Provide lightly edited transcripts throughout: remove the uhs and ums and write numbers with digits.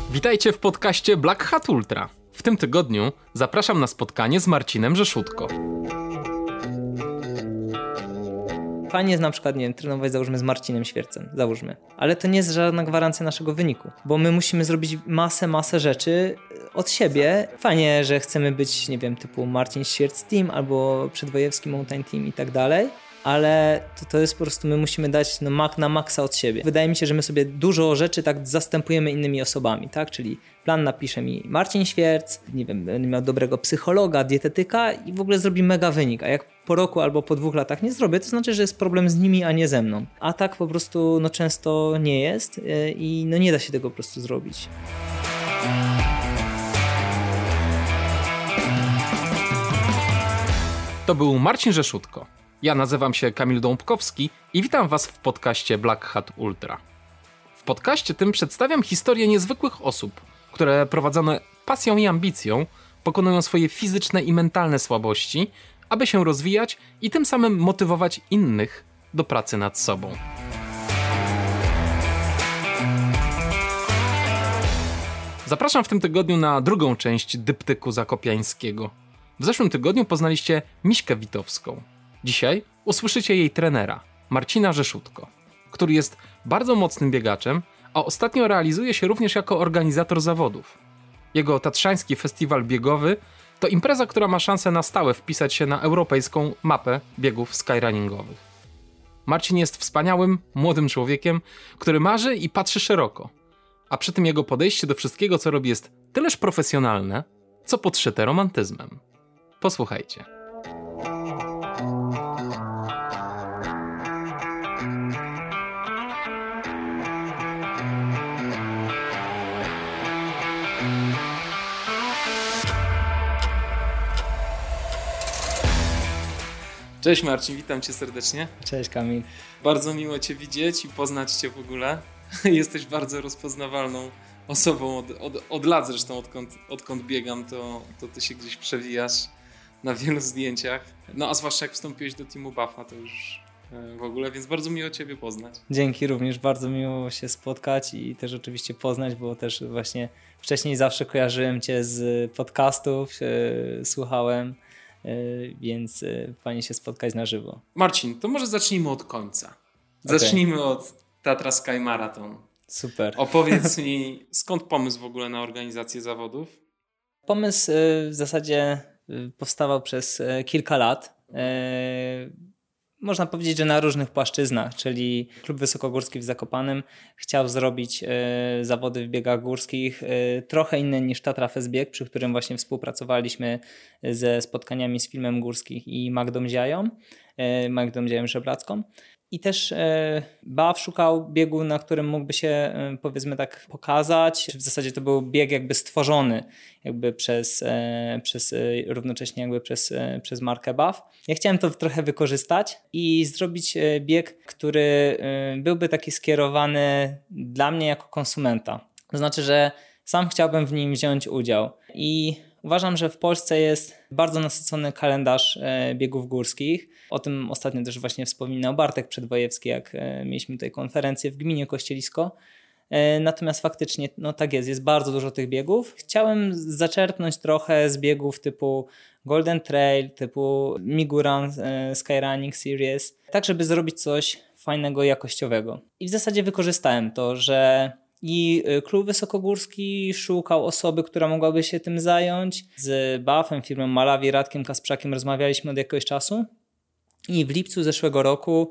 Witajcie w podcaście Black Hat Ultra. W tym tygodniu zapraszam na spotkanie z Marcinem Rzeszutko. Fajnie jest na przykład, nie wiem, trenować załóżmy z Marcinem Świercem, załóżmy. Ale to nie jest żadna gwarancja naszego wyniku, bo my musimy zrobić masę rzeczy od siebie. Fajnie, że chcemy być, nie wiem, typu Marcin Świerc Team albo Przedwojewski Mountain Team i tak dalej, ale to jest po prostu, my musimy dać na maksa od siebie. Wydaje mi się, że my sobie dużo rzeczy tak zastępujemy innymi osobami, tak? Czyli plan napisze mi Marcin Świerc, nie wiem, będę miał dobrego psychologa, dietetyka i w ogóle zrobi mega wynik, a jak po roku albo po 2 latach nie zrobię, to znaczy, że jest problem z nimi, a nie ze mną. A tak po prostu często nie jest i nie da się tego po prostu zrobić. To był Marcin Rzeszutko. Ja nazywam się Kamil Dąbkowski i witam Was w podcaście Black Hat Ultra. W podcaście tym przedstawiam historię niezwykłych osób, które prowadzone pasją i ambicją pokonują swoje fizyczne i mentalne słabości, aby się rozwijać i tym samym motywować innych do pracy nad sobą. Zapraszam w tym tygodniu na drugą część dyptyku zakopiańskiego. W zeszłym tygodniu poznaliście Miśkę Witowską. Dzisiaj usłyszycie jej trenera, Marcina Rzeszutko, który jest bardzo mocnym biegaczem, a ostatnio realizuje się również jako organizator zawodów. Jego tatrzański festiwal biegowy to impreza, która ma szansę na stałe wpisać się na europejską mapę biegów skyrunningowych. Marcin jest wspaniałym, młodym człowiekiem, który marzy i patrzy szeroko, a przy tym jego podejście do wszystkiego, co robi, jest tyleż profesjonalne, co podszyte romantyzmem. Posłuchajcie. Cześć Marcin, witam Cię serdecznie. Cześć Kamil. Bardzo miło Cię widzieć i poznać Cię w ogóle. Jesteś bardzo rozpoznawalną osobą od lat zresztą, odkąd biegam, to Ty się gdzieś przewijasz na wielu zdjęciach. No a zwłaszcza jak wstąpiłeś do Teamu Buffa, to już w ogóle, więc bardzo miło Ciebie poznać. Dzięki, również bardzo miło się spotkać i też oczywiście poznać, bo też właśnie wcześniej zawsze kojarzyłem Cię z podcastów, słuchałem, więc fajnie się spotkać na żywo. Marcin, to może zacznijmy od końca. Zacznijmy od Tatra Sky Marathon. Super. Opowiedz mi, skąd pomysł w ogóle na organizację zawodów? Pomysł w zasadzie powstawał przez kilka lat. Można powiedzieć, że na różnych płaszczyznach, czyli Klub Wysokogórski w Zakopanem chciał zrobić zawody w biegach górskich trochę inne niż Tatra Fest Bieg, przy którym właśnie współpracowaliśmy ze spotkaniami z Filmem Górskim i Magdą Dziają Żebracką. I też BAF szukał biegu, na którym mógłby się, powiedzmy tak, pokazać. W zasadzie to był bieg jakby stworzony jakby równocześnie jakby przez markę BAF. Ja chciałem to trochę wykorzystać i zrobić bieg, który byłby taki skierowany dla mnie jako konsumenta. To znaczy, że sam chciałbym w nim wziąć udział. I uważam, że w Polsce jest bardzo nasycony kalendarz biegów górskich. O tym ostatnio też właśnie wspominał Bartek Przedwojewski, jak mieliśmy tutaj konferencję w gminie Kościelisko. Natomiast faktycznie, tak jest bardzo dużo tych biegów. Chciałem zaczerpnąć trochę z biegów typu Golden Trail, typu Miguran Skyrunning Series, tak żeby zrobić coś fajnego, jakościowego. I w zasadzie wykorzystałem to, że i Klub Wysokogórski szukał osoby, która mogłaby się tym zająć. Z BAF-em, firmą Malawi, Radkiem Kasprzakiem rozmawialiśmy od jakiegoś czasu i w lipcu zeszłego roku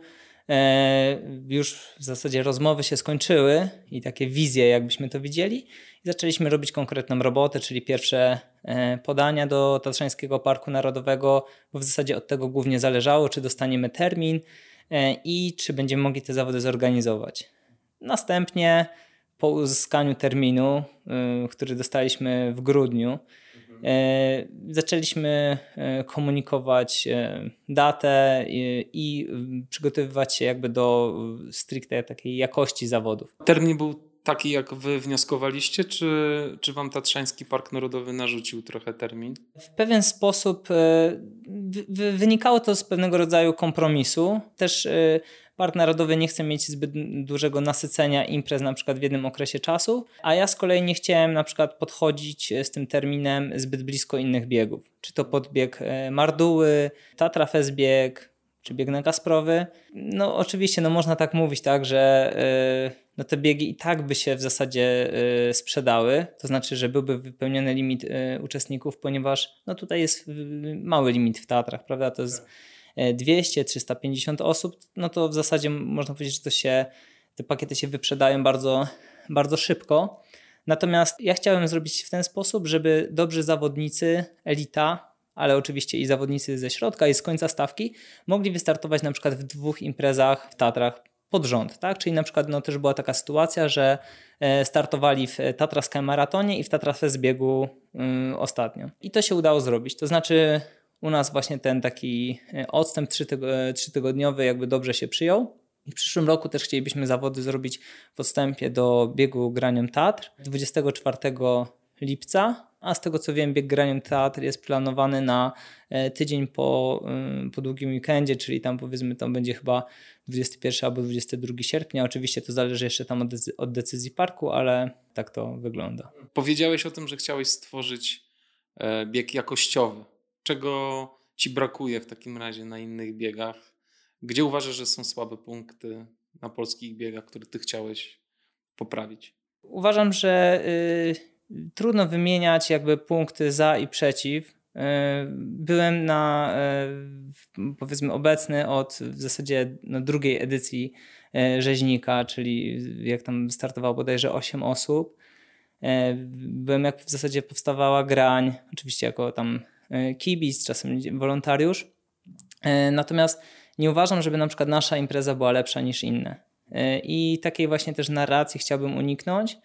już w zasadzie rozmowy się skończyły i takie wizje jakbyśmy to widzieli i zaczęliśmy robić konkretną robotę, czyli pierwsze podania do Tatrzańskiego Parku Narodowego, bo w zasadzie od tego głównie zależało, czy dostaniemy termin i czy będziemy mogli te zawody zorganizować. Następnie po uzyskaniu terminu, który dostaliśmy w grudniu, zaczęliśmy komunikować datę i przygotowywać się jakby do stricte takiej jakości zawodów. Termin był taki, jak wy wnioskowaliście, czy wam Tatrzański Park Narodowy narzucił trochę termin? W pewien sposób wynikało to z pewnego rodzaju kompromisu. Też Park Narodowy nie chce mieć zbyt dużego nasycenia imprez na przykład w jednym okresie czasu, a ja z kolei nie chciałem na przykład podchodzić z tym terminem zbyt blisko innych biegów. Czy to podbieg Marduły, Tatra Fest bieg, czy bieg na Kasprowy. No oczywiście można tak mówić, tak, że te biegi i tak by się w zasadzie sprzedały, to znaczy, że byłby wypełniony limit uczestników, ponieważ tutaj jest mały limit w Tatrach, prawda, to jest 200-350 osób, to w zasadzie można powiedzieć, że te pakiety się wyprzedają bardzo, bardzo szybko. Natomiast ja chciałem zrobić w ten sposób, żeby dobrzy zawodnicy, elita, ale oczywiście i zawodnicy ze środka i z końca stawki mogli wystartować na przykład w 2 imprezach w Tatrach pod rząd, tak? Czyli na przykład też była taka sytuacja, że startowali w Tatra Sky Maratonie i w Tatra Fest biegu ostatnio. I to się udało zrobić. To znaczy u nas właśnie ten taki odstęp 3-tygodniowy jakby dobrze się przyjął. I w przyszłym roku też chcielibyśmy zawody zrobić w odstępie do biegu Granium Tatr 24 lipca, a z tego co wiem bieg Granium Tatr jest planowany na tydzień po długim weekendzie, czyli tam powiedzmy tam będzie chyba 21 albo 22 sierpnia. Oczywiście to zależy jeszcze tam od decyzji parku, ale tak to wygląda. Powiedziałeś o tym, że chciałeś stworzyć bieg jakościowy. Czego ci brakuje w takim razie na innych biegach? Gdzie uważasz, że są słabe punkty na polskich biegach, które ty chciałeś poprawić? Uważam, że trudno wymieniać jakby punkty za i przeciw. Byłem powiedzmy obecny od w zasadzie drugiej edycji Rzeźnika, czyli jak tam startowało bodajże 8 osób. Byłem jak w zasadzie powstawała Grań, oczywiście jako tam kibic, czasem wolontariusz. Natomiast nie uważam, żeby na przykład nasza impreza była lepsza niż inne. I takiej właśnie też narracji chciałbym uniknąć.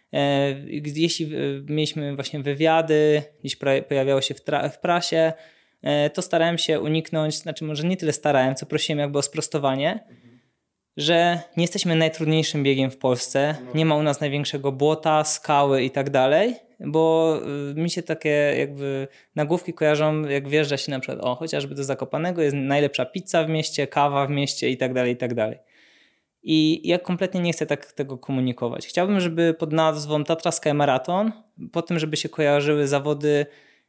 Jeśli mieliśmy właśnie wywiady, gdzieś pojawiało się w prasie, to starałem się uniknąć, znaczy może nie tyle starałem, co prosiłem jakby o sprostowanie, że nie jesteśmy najtrudniejszym biegiem w Polsce, nie ma u nas największego błota, skały i tak dalej, bo mi się takie jakby nagłówki kojarzą, jak wjeżdża się na przykład chociażby do Zakopanego, jest najlepsza pizza w mieście, kawa w mieście i tak dalej, i tak dalej. I ja kompletnie nie chcę tego komunikować. Chciałbym, żeby pod nazwą Tatra Sky Marathon, po tym, żeby się kojarzyły zawody,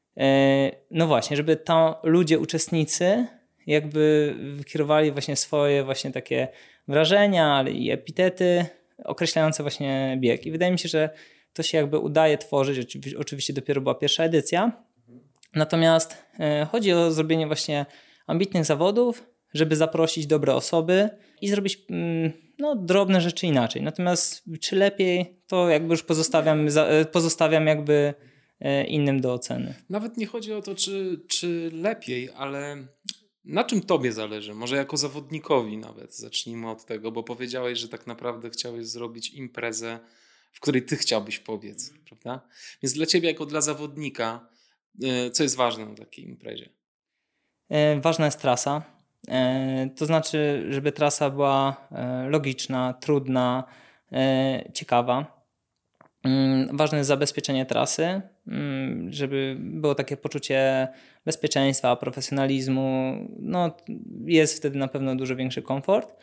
no właśnie, żeby tam ludzie, uczestnicy jakby kierowali właśnie swoje właśnie takie wrażenia, ale i epitety określające właśnie bieg. I wydaje mi się, że to się jakby udaje tworzyć. Oczywiście dopiero była pierwsza edycja. Natomiast chodzi o zrobienie właśnie ambitnych zawodów, żeby zaprosić dobre osoby i zrobić drobne rzeczy inaczej. Natomiast czy lepiej, to jakby już pozostawiam jakby innym do oceny. Nawet nie chodzi o to, czy lepiej, ale na czym tobie zależy? Może jako zawodnikowi nawet zacznijmy od tego, bo powiedziałeś, że tak naprawdę chciałeś zrobić imprezę, w której ty chciałbyś pobiec, prawda? Więc dla ciebie jako dla zawodnika, co jest ważne na takiej imprezie? Ważna jest trasa. To znaczy, żeby trasa była logiczna, trudna, ciekawa. Ważne jest zabezpieczenie trasy, żeby było takie poczucie bezpieczeństwa, profesjonalizmu. Jest wtedy na pewno dużo większy komfort.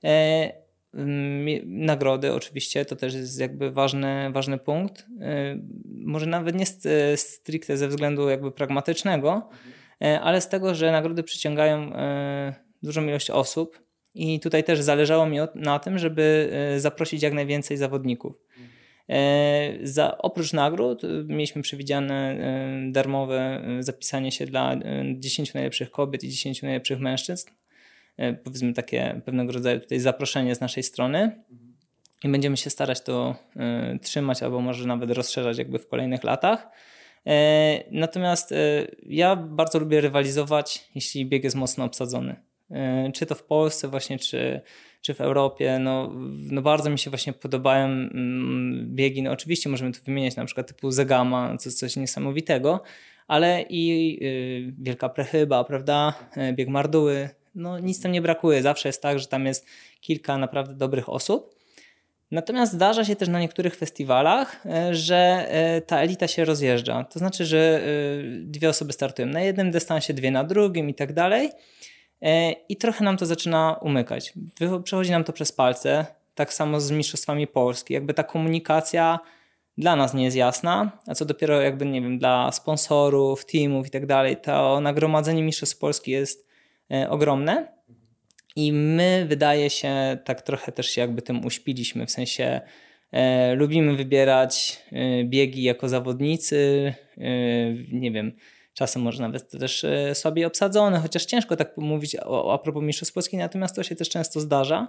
Nagrody oczywiście to też jest jakby ważny punkt. Może nawet nie stricte ze względu jakby pragmatycznego, ale z tego, że nagrody przyciągają dużą ilość osób i tutaj też zależało mi na tym, żeby zaprosić jak najwięcej zawodników. Oprócz nagród mieliśmy przewidziane darmowe zapisanie się dla 10 najlepszych kobiet i 10 najlepszych mężczyzn. Powiedzmy takie pewnego rodzaju tutaj zaproszenie z naszej strony i będziemy się starać to trzymać albo może nawet rozszerzać jakby w kolejnych latach. Natomiast ja bardzo lubię rywalizować, jeśli bieg jest mocno obsadzony. Czy to w Polsce właśnie, czy w Europie. No bardzo mi się właśnie podobają biegi. Oczywiście możemy tu wymieniać na przykład typu Zegama, coś niesamowitego, ale i Wielka Prechyba, prawda? Bieg Marduły. Nic tam nie brakuje. Zawsze jest tak, że tam jest kilka naprawdę dobrych osób. Natomiast zdarza się też na niektórych festiwalach, że ta elita się rozjeżdża. To znaczy, że 2 osoby startują na jednym dystansie, 2 na drugim i tak dalej. I trochę nam to zaczyna umykać. Przechodzi nam to przez palce, tak samo z mistrzostwami Polski. Jakby ta komunikacja dla nas nie jest jasna, a co dopiero jakby, nie wiem, dla sponsorów, teamów i tak dalej, to nagromadzenie mistrzostw Polski jest ogromne i my, wydaje się, tak trochę też się jakby tym uśpiliśmy, w sensie lubimy wybierać biegi jako zawodnicy, nie wiem, czasem może nawet też słabiej obsadzone, chociaż ciężko tak mówić a propos mistrzostw Polski, natomiast to się też często zdarza.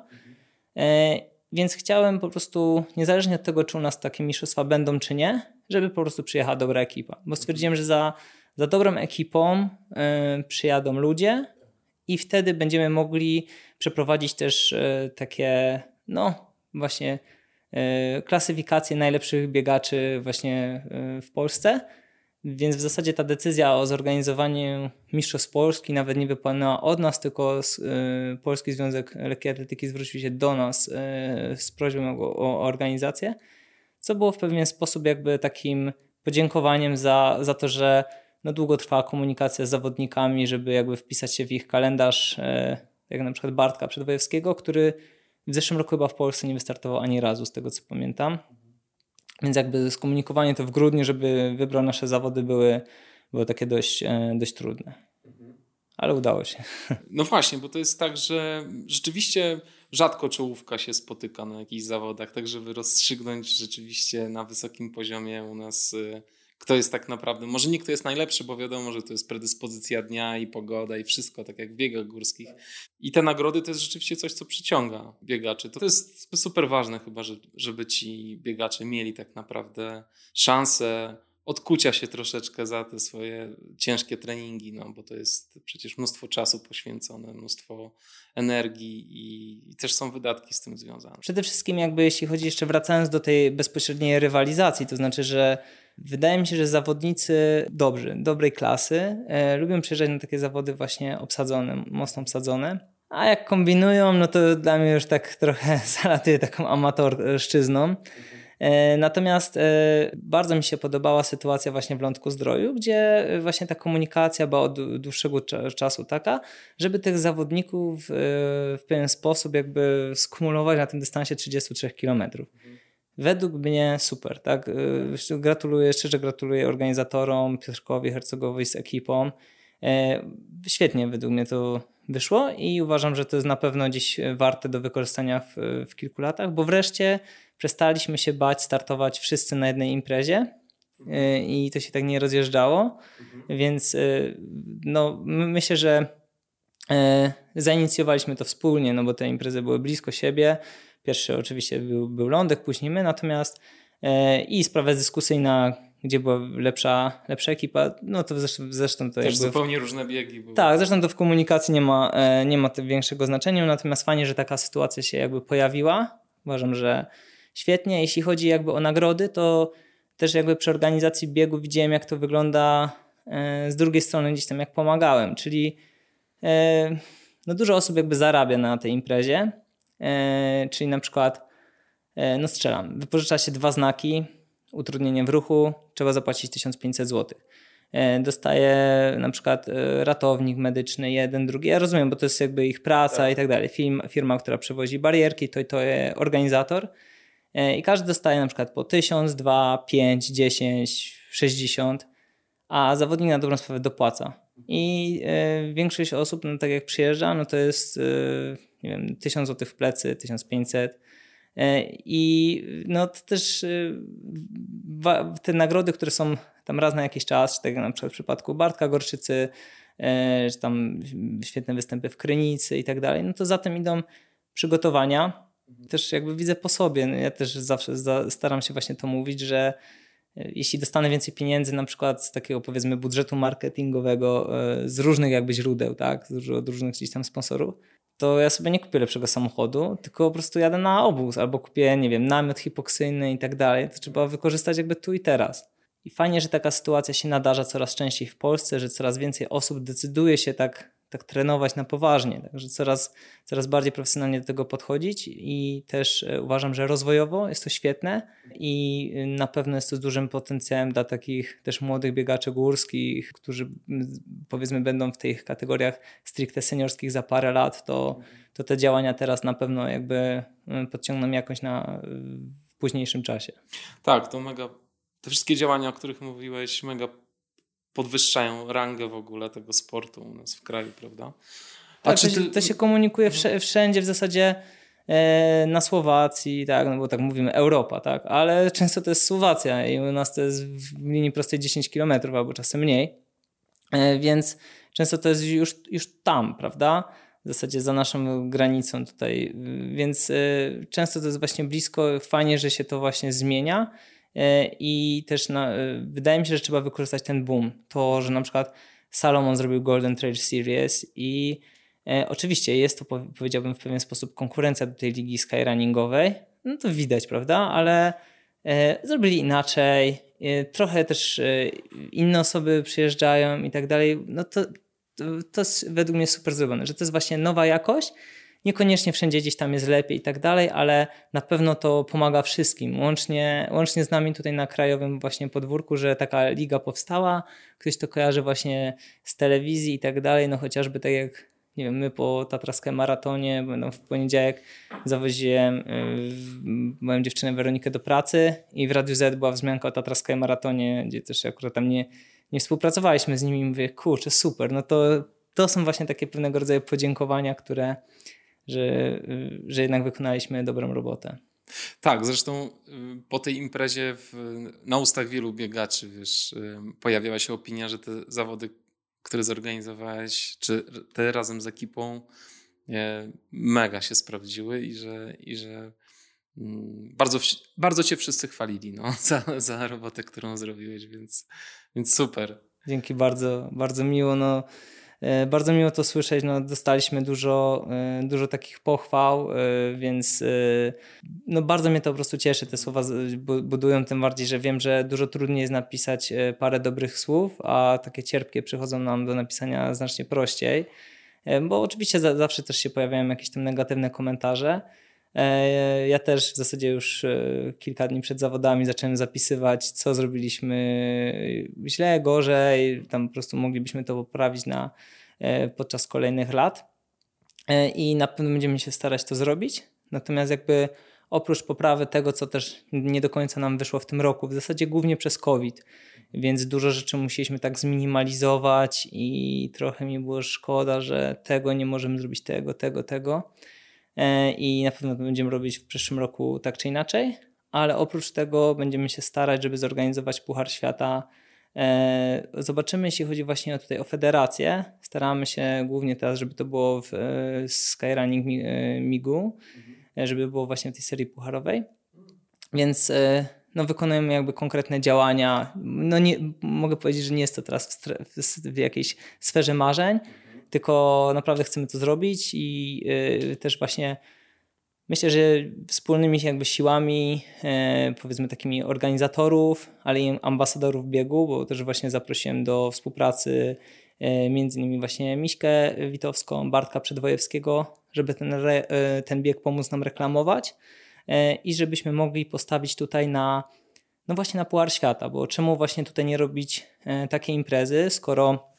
Więc chciałem po prostu, niezależnie od tego, czy u nas takie mistrzostwa będą, czy nie, żeby po prostu przyjechała dobra ekipa. Bo stwierdziłem, że za dobrą ekipą przyjadą ludzie i wtedy będziemy mogli przeprowadzić też takie, no właśnie klasyfikacje najlepszych biegaczy właśnie w Polsce. Więc w zasadzie ta decyzja o zorganizowaniu Mistrzostw Polski nawet nie wypłynęła od nas, tylko Polski Związek Lekkiej Atletyki zwrócił się do nas z prośbą o organizację, co było w pewien sposób jakby takim podziękowaniem za to, że no długo trwała komunikacja z zawodnikami, żeby jakby wpisać się w ich kalendarz, jak na przykład Bartka Przedwojewskiego, który w zeszłym roku chyba w Polsce nie wystartował ani razu, z tego co pamiętam. Więc jakby skomunikowanie to w grudniu, żeby wybrał nasze zawody, było takie dość trudne. Ale udało się. No właśnie, bo to jest tak, że rzeczywiście rzadko czołówka się spotyka na jakichś zawodach, tak żeby rozstrzygnąć rzeczywiście na wysokim poziomie u nas, kto jest tak naprawdę, może nie kto jest najlepszy, bo wiadomo, że to jest predyspozycja dnia i pogoda i wszystko, tak jak w biegach górskich. I te nagrody to jest rzeczywiście coś, co przyciąga biegaczy. To jest super ważne chyba, żeby ci biegacze mieli tak naprawdę szansę odkucia się troszeczkę za te swoje ciężkie treningi, no bo to jest przecież mnóstwo czasu poświęcone, mnóstwo energii i też są wydatki z tym związane. Przede wszystkim jakby jeśli chodzi jeszcze wracając do tej bezpośredniej rywalizacji, to znaczy, że wydaje mi się, że zawodnicy dobrej klasy lubią przyjeżdżać na takie zawody właśnie obsadzone, mocno obsadzone, a jak kombinują, no to dla mnie już tak trochę zalatuje taką amatorszczyzną. Natomiast bardzo mi się podobała sytuacja właśnie w Lądku-Zdroju, gdzie właśnie ta komunikacja była od dłuższego czasu taka, żeby tych zawodników w pewien sposób jakby skumulować na tym dystansie 33 km. Według mnie super, tak? Szczerze gratuluję organizatorom, Piotrkowi Hercogowi z ekipą. Świetnie według mnie to wyszło i uważam, że to jest na pewno dziś warte do wykorzystania w kilku latach, bo wreszcie przestaliśmy się bać startować wszyscy na jednej imprezie i to się tak nie rozjeżdżało, więc no, myślę, że zainicjowaliśmy to wspólnie, no bo te imprezy były blisko siebie. Pierwszy oczywiście był Lądek, później my, natomiast i sprawa jest dyskusyjna, gdzie była lepsza ekipa, no to zresztą to też jakby zupełnie różne biegi były. Tak, zresztą to w komunikacji nie ma większego znaczenia, natomiast fajnie, że taka sytuacja się jakby pojawiła. Uważam, że świetnie. Jeśli chodzi jakby o nagrody, to też jakby przy organizacji biegu widziałem, jak to wygląda z drugiej strony gdzieś tam, jak pomagałem, czyli no dużo osób jakby zarabia na tej imprezie, czyli na przykład no strzelam, wypożycza się 2 znaki, utrudnienie w ruchu, trzeba zapłacić 1500 zł. Dostaje na przykład ratownik medyczny, jeden, drugi. Ja rozumiem, bo to jest jakby ich praca i tak dalej. Firma, która przewozi barierki, to jest organizator. I każdy dostaje na przykład po 1000, 2, 5, 10, 60, a zawodnik na dobrą sprawę dopłaca. I większość osób, no tak jak przyjeżdża, no to jest nie wiem, 1000 zł w plecy, 1500. I no to też te nagrody, które są tam raz na jakiś czas, czy tak jak na przykład w przypadku Bartka Gorczycy, czy tam świetne występy w Krynicy i tak dalej, no to za tym idą przygotowania. Też jakby widzę po sobie, no ja też zawsze staram się właśnie to mówić, że jeśli dostanę więcej pieniędzy na przykład z takiego powiedzmy budżetu marketingowego z różnych jakby źródeł, tak, od różnych gdzieś tam sponsorów, to ja sobie nie kupię lepszego samochodu, tylko po prostu jadę na obóz albo kupię, nie wiem, namiot hipoksyjny i tak dalej. To trzeba wykorzystać jakby tu i teraz. I fajnie, że taka sytuacja się nadarza coraz częściej w Polsce, że coraz więcej osób decyduje się tak tak trenować na poważnie, także coraz bardziej profesjonalnie do tego podchodzić i też uważam, że rozwojowo jest to świetne i na pewno jest to z dużym potencjałem dla takich też młodych biegaczy górskich, którzy powiedzmy będą w tych kategoriach stricte seniorskich za parę lat, to te działania teraz na pewno jakby podciągną jakoś w późniejszym czasie. Tak, to mega, te wszystkie działania, o których mówiłeś, mega podwyższają rangę w ogóle tego sportu u nas w kraju, prawda? Tak, to się komunikuje wszędzie w zasadzie na Słowacji, tak, no bo tak mówimy Europa, tak, ale często to jest Słowacja i u nas to jest w linii prostej 10 km albo czasem mniej, więc często to jest już tam, prawda? W zasadzie za naszą granicą tutaj, więc często to jest właśnie blisko, fajnie, że się to właśnie zmienia. I też wydaje mi się, że trzeba wykorzystać ten boom. To, że na przykład Salomon zrobił Golden Trail Series i oczywiście jest to, powiedziałbym, w pewien sposób konkurencja do tej ligi skyrunningowej. No to widać, prawda? Ale zrobili inaczej. Trochę też inne osoby przyjeżdżają i tak dalej. No to jest według mnie super zrobione, że to jest właśnie nowa jakość. Niekoniecznie wszędzie gdzieś tam jest lepiej i tak dalej, ale na pewno to pomaga wszystkim. Łącznie z nami tutaj na krajowym właśnie podwórku, że taka liga powstała. Ktoś to kojarzy właśnie z telewizji i tak dalej. No chociażby tak jak, nie wiem, my po Tatraskim Maratonie, będą w poniedziałek zawoziłem moją dziewczynę Weronikę do pracy i w Radiu Z była wzmianka o Tatraskim Maratonie, gdzie też akurat tam nie współpracowaliśmy z nimi i mówię, kurczę, super, no to są właśnie takie pewnego rodzaju podziękowania, że jednak wykonaliśmy dobrą robotę. Tak, zresztą po tej imprezie na ustach wielu biegaczy, pojawiała się opinia, że te zawody, które zorganizowałeś, czy te razem z ekipą, mega się sprawdziły i że bardzo, bardzo cię wszyscy chwalili za robotę, którą zrobiłeś, więc super. Dzięki, bardzo, bardzo miło. Bardzo miło to słyszeć, dostaliśmy dużo takich pochwał, więc bardzo mnie to po prostu cieszy, te słowa budują, tym bardziej, że wiem, że dużo trudniej jest napisać parę dobrych słów, a takie cierpkie przychodzą nam do napisania znacznie prościej, bo oczywiście zawsze też się pojawiają jakieś tam negatywne komentarze. Ja też w zasadzie już kilka dni przed zawodami zacząłem zapisywać, co zrobiliśmy źle, gorzej, tam po prostu moglibyśmy to poprawić podczas kolejnych lat i na pewno będziemy się starać to zrobić. Natomiast jakby oprócz poprawy tego, co też nie do końca nam wyszło w tym roku, w zasadzie głównie przez COVID, więc dużo rzeczy musieliśmy tak zminimalizować i trochę mi było szkoda, że tego nie możemy zrobić, tego. I na pewno to będziemy robić w przyszłym roku tak czy inaczej, ale oprócz tego będziemy się starać, żeby zorganizować Puchar Świata. Zobaczymy, jeśli chodzi właśnie o federację. Staramy się głównie teraz, żeby to było w Skyrunning MIG-u, żeby było właśnie w tej serii pucharowej. Więc wykonujemy jakby konkretne działania. Mogę powiedzieć, że nie jest to teraz w jakiejś sferze marzeń, tylko naprawdę chcemy to zrobić i też właśnie myślę, że wspólnymi jakby siłami, powiedzmy takimi organizatorów, ale i ambasadorów biegu, bo też właśnie zaprosiłem do współpracy między innymi właśnie Miśkę Witowską, Bartka Przedwojewskiego, żeby ten bieg pomóc nam reklamować i żebyśmy mogli postawić tutaj właśnie na Puchar Świata, bo czemu właśnie tutaj nie robić takiej imprezy, skoro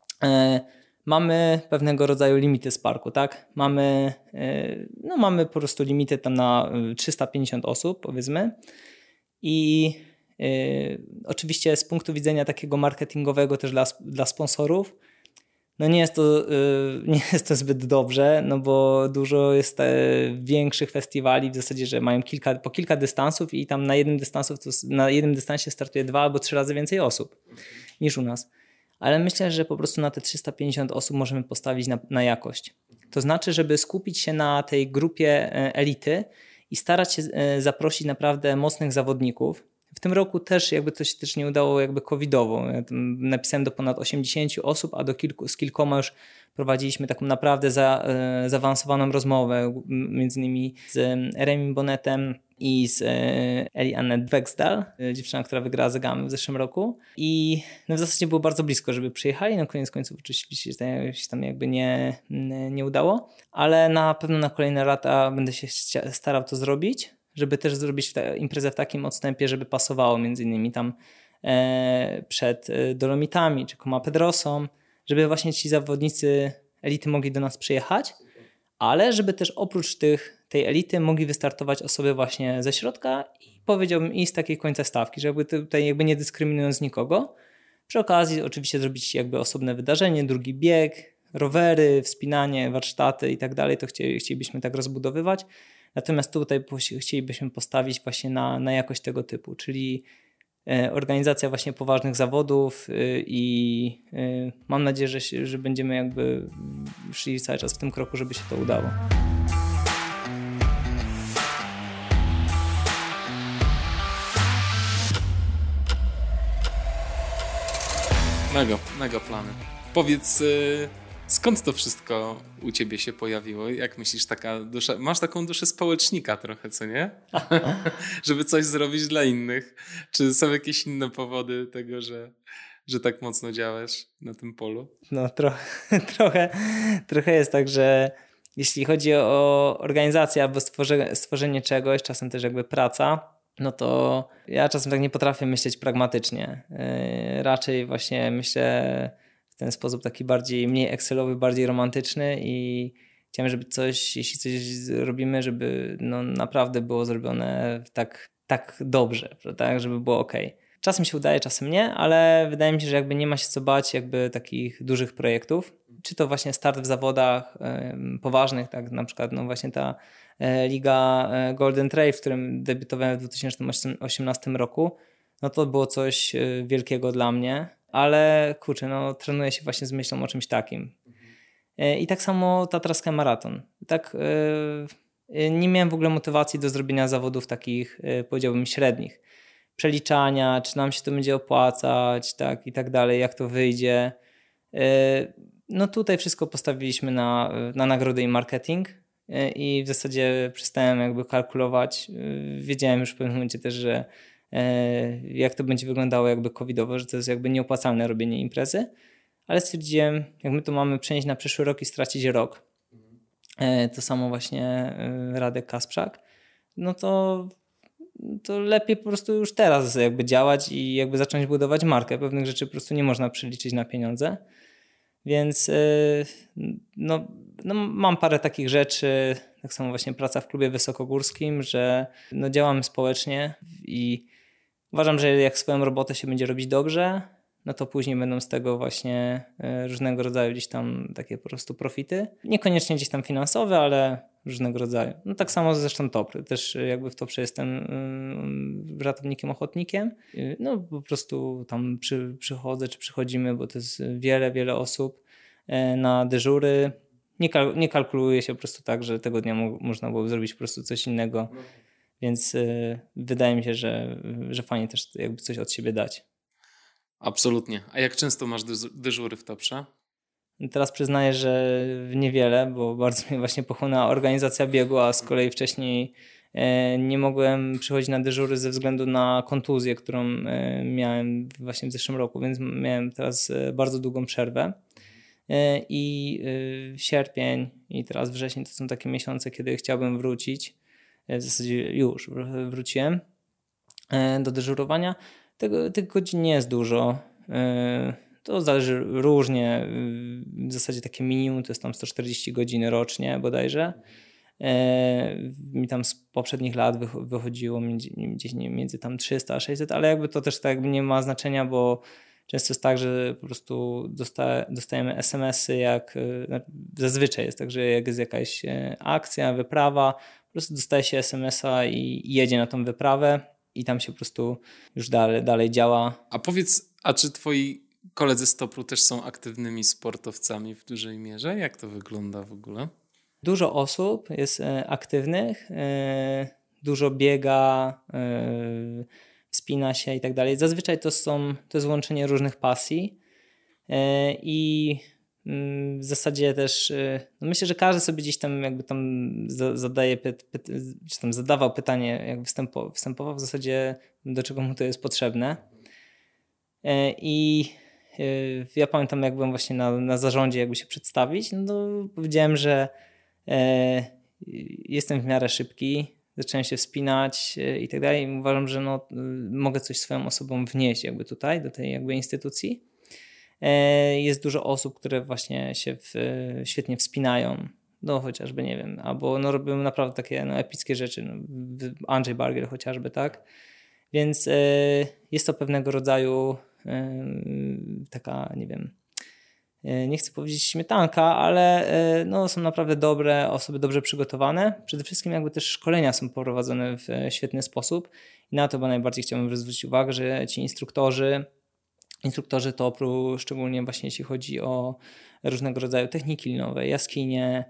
mamy pewnego rodzaju limity z parku, tak? Mamy po prostu limity tam na 350 osób, powiedzmy. I oczywiście z punktu widzenia takiego marketingowego też dla sponsorów, nie jest to zbyt dobrze, bo dużo jest większych festiwali w zasadzie, że mają po kilka dystansów i tam na jednym dystansie startuje 2 albo 3 razy więcej osób niż u nas. Ale myślę, że po prostu na te 350 osób możemy postawić na jakość. To znaczy, żeby skupić się na tej grupie elity i starać się zaprosić naprawdę mocnych zawodników. W tym roku też jakby coś też nie udało jakby covidowo. Ja napisałem do ponad 80 osób, a z kilkoma już prowadziliśmy taką naprawdę zaawansowaną rozmowę, między innymi z Remim Bonnetem, i z Eli-Anne Weksdal, dziewczyna, która wygrała Zegamy w zeszłym roku. I no w zasadzie było bardzo blisko, żeby przyjechali. No koniec końców oczywiście się tam jakby nie udało, ale na pewno na kolejne lata będę się starał to zrobić, żeby też zrobić imprezę w takim odstępie, żeby pasowało między innymi tam przed Dolomitami czy Coma Pedrosą, żeby właśnie ci zawodnicy elity mogli do nas przyjechać, ale żeby też oprócz tej elity mogli wystartować osoby właśnie ze środka i powiedziałbym i z takiej końca stawki, żeby tutaj jakby nie dyskryminując nikogo. Przy okazji oczywiście zrobić jakby osobne wydarzenie, drugi bieg, rowery, wspinanie, warsztaty i tak dalej, to chcielibyśmy tak rozbudowywać. Natomiast tutaj chcielibyśmy postawić właśnie na jakość tego typu, czyli organizacja właśnie poważnych zawodów i mam nadzieję, że będziemy jakby szli cały czas w tym kroku, żeby się to udało. Mega plany. Powiedz, skąd to wszystko u ciebie się pojawiło? Jak myślisz, taka dusza, masz taką duszę społecznika trochę, co nie? Żeby coś zrobić dla innych. Czy są jakieś inne powody tego, że tak mocno działasz na tym polu? No trochę jest tak, że jeśli chodzi o organizację albo stworzenie czegoś, czasem też jakby praca, no to ja czasem tak nie potrafię myśleć pragmatycznie. Raczej właśnie myślę w ten sposób taki mniej excelowy, bardziej romantyczny i chciałem, żeby jeśli coś robimy, żeby no naprawdę było zrobione tak dobrze, tak, żeby było okej. Czasem się udaje, czasem nie, ale wydaje mi się, że jakby nie ma się co bać jakby takich dużych projektów. Czy to właśnie start w zawodach poważnych, tak na przykład no właśnie ta Liga Golden Trail, w którym debiutowałem w 2018 roku, no to było coś wielkiego dla mnie, ale kurczę, no trenuję się właśnie z myślą o czymś takim. I tak samo Tatraskie Maraton. Tak nie miałem w ogóle motywacji do zrobienia zawodów takich, powiedziałbym, średnich. Przeliczania, czy nam się to będzie opłacać, tak i tak dalej, jak to wyjdzie. No tutaj wszystko postawiliśmy na nagrody i marketing i w zasadzie przestałem jakby kalkulować. Wiedziałem już w pewnym momencie też, że jak to będzie wyglądało jakby covidowo, że to jest jakby nieopłacalne robienie imprezy, ale stwierdziłem, jak my to mamy przenieść na przyszły rok i stracić rok, to samo właśnie Radek Kasprzak, no to lepiej po prostu już teraz jakby działać i jakby zacząć budować markę. Pewnych rzeczy po prostu nie można przeliczyć na pieniądze. Więc no mam parę takich rzeczy, tak samo właśnie praca w klubie wysokogórskim, że no działamy społecznie i uważam, że jak swoją robotę się będzie robić dobrze, no to później będą z tego właśnie różnego rodzaju gdzieś tam takie po prostu profity. Niekoniecznie gdzieś tam finansowe, ale różnego rodzaju. No tak samo zresztą Topry. Też jakby w Toprze jestem ratownikiem, ochotnikiem. No po prostu tam przychodzę czy przychodzimy, bo to jest wiele osób na dyżury. Nie kalkuluje się po prostu tak, że tego dnia można było zrobić po prostu coś innego. Więc wydaje mi się, że fajnie też jakby coś od siebie dać. Absolutnie. A jak często masz dyżury w Toprze? Teraz przyznaję, że niewiele, bo bardzo mnie właśnie pochłonęła organizacja biegu, a z kolei wcześniej nie mogłem przychodzić na dyżury ze względu na kontuzję, którą miałem właśnie w zeszłym roku, więc miałem teraz bardzo długą przerwę. I sierpień i teraz wrzesień to są takie miesiące, kiedy chciałbym wrócić. W zasadzie już wróciłem do dyżurowania. Tych godzin nie jest dużo. To zależy różnie. W zasadzie takie minimum to jest tam 140 godzin rocznie bodajże. Mi tam z poprzednich lat wychodziło gdzieś między tam 300 a 600, ale jakby to też tak jakby nie ma znaczenia, bo często jest tak, że po prostu dostajemy SMS-y, jak zazwyczaj jest tak, że jak jest jakaś akcja, wyprawa, po prostu dostaje się SMS-a i jedzie na tą wyprawę i tam się po prostu już dalej działa. A powiedz, czy twoi koledzy z Topru też są aktywnymi sportowcami w dużej mierze? Jak to wygląda w ogóle? Dużo osób jest aktywnych, dużo biega, wspina się i tak dalej. Zazwyczaj to jest łączenie różnych pasji i w zasadzie też no myślę, że każdy sobie gdzieś tam jakby tam zadaje czy tam zadawał pytanie, jak występował w zasadzie, do czego mu to jest potrzebne. I ja pamiętam, jak byłem właśnie na zarządzie, jakby się przedstawić, no to powiedziałem, że jestem w miarę szybki, zacząłem się wspinać i tak dalej. Uważam, że no, mogę coś swoją osobą wnieść jakby tutaj, do tej jakby instytucji. Jest dużo osób, które właśnie się świetnie wspinają, no chociażby, nie wiem, albo no, robią naprawdę takie no, epickie rzeczy, no, Andrzej Bargiel chociażby, tak? Więc jest to pewnego rodzaju taka, nie wiem, nie chcę powiedzieć śmietanka, ale no, są naprawdę dobre osoby, dobrze przygotowane. Przede wszystkim jakby też szkolenia są prowadzone w świetny sposób i na to chyba najbardziej chciałbym zwrócić uwagę, że ci instruktorzy to oprócz, szczególnie właśnie jeśli chodzi o różnego rodzaju techniki linowe, jaskinie,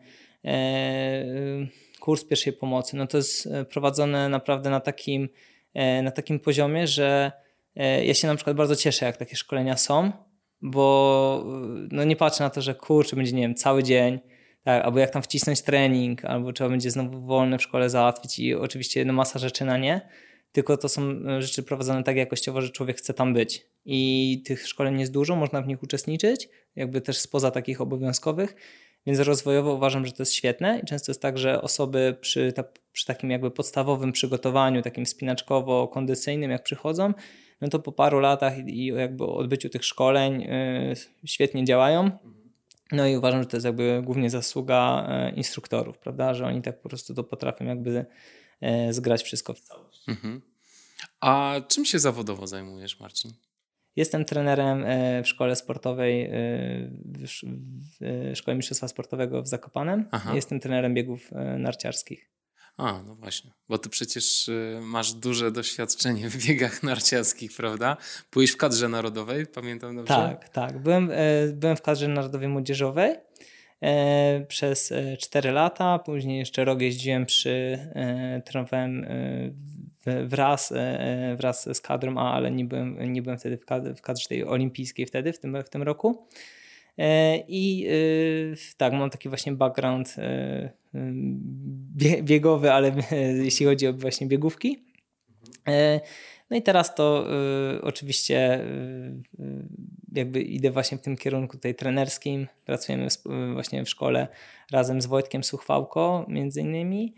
kurs pierwszej pomocy, no to jest prowadzone naprawdę na takim poziomie, że ja się na przykład bardzo cieszę, jak takie szkolenia są, bo no nie patrzę na to, że kurczę, będzie, nie wiem, cały dzień, tak, albo jak tam wcisnąć trening, albo trzeba będzie znowu wolne w szkole załatwić i oczywiście no masa rzeczy na nie, tylko to są rzeczy prowadzone tak jakościowo, że człowiek chce tam być i tych szkoleń jest dużo, można w nich uczestniczyć, jakby też spoza takich obowiązkowych, więc rozwojowo uważam, że to jest świetne i często jest tak, że osoby przy takim jakby podstawowym przygotowaniu, takim wspinaczkowo-kondycyjnym jak przychodzą, no to po paru latach i jakby odbyciu tych szkoleń świetnie działają. No i uważam, że to jest jakby głównie zasługa instruktorów, prawda, że oni tak po prostu to potrafią jakby zgrać wszystko w całość. Mhm. A czym się zawodowo zajmujesz, Marcin? Jestem trenerem w szkole sportowej, w Szkole Mistrzostwa Sportowego w Zakopanem. Aha. Jestem trenerem biegów narciarskich. A, no właśnie, bo ty przecież masz duże doświadczenie w biegach narciarskich, prawda? Byłeś w kadrze narodowej, pamiętam dobrze? Tak. Byłem w kadrze narodowej młodzieżowej przez 4 lata, później jeszcze rok jeździłem trenowałem wraz z kadrą A, ale nie byłem wtedy w kadrze tej olimpijskiej wtedy, w tym roku. I tak, mam taki właśnie background biegowy, ale jeśli chodzi o właśnie biegówki. No i teraz to oczywiście jakby idę właśnie w tym kierunku tutaj trenerskim. Pracujemy właśnie w szkole razem z Wojtkiem Suchwałko między innymi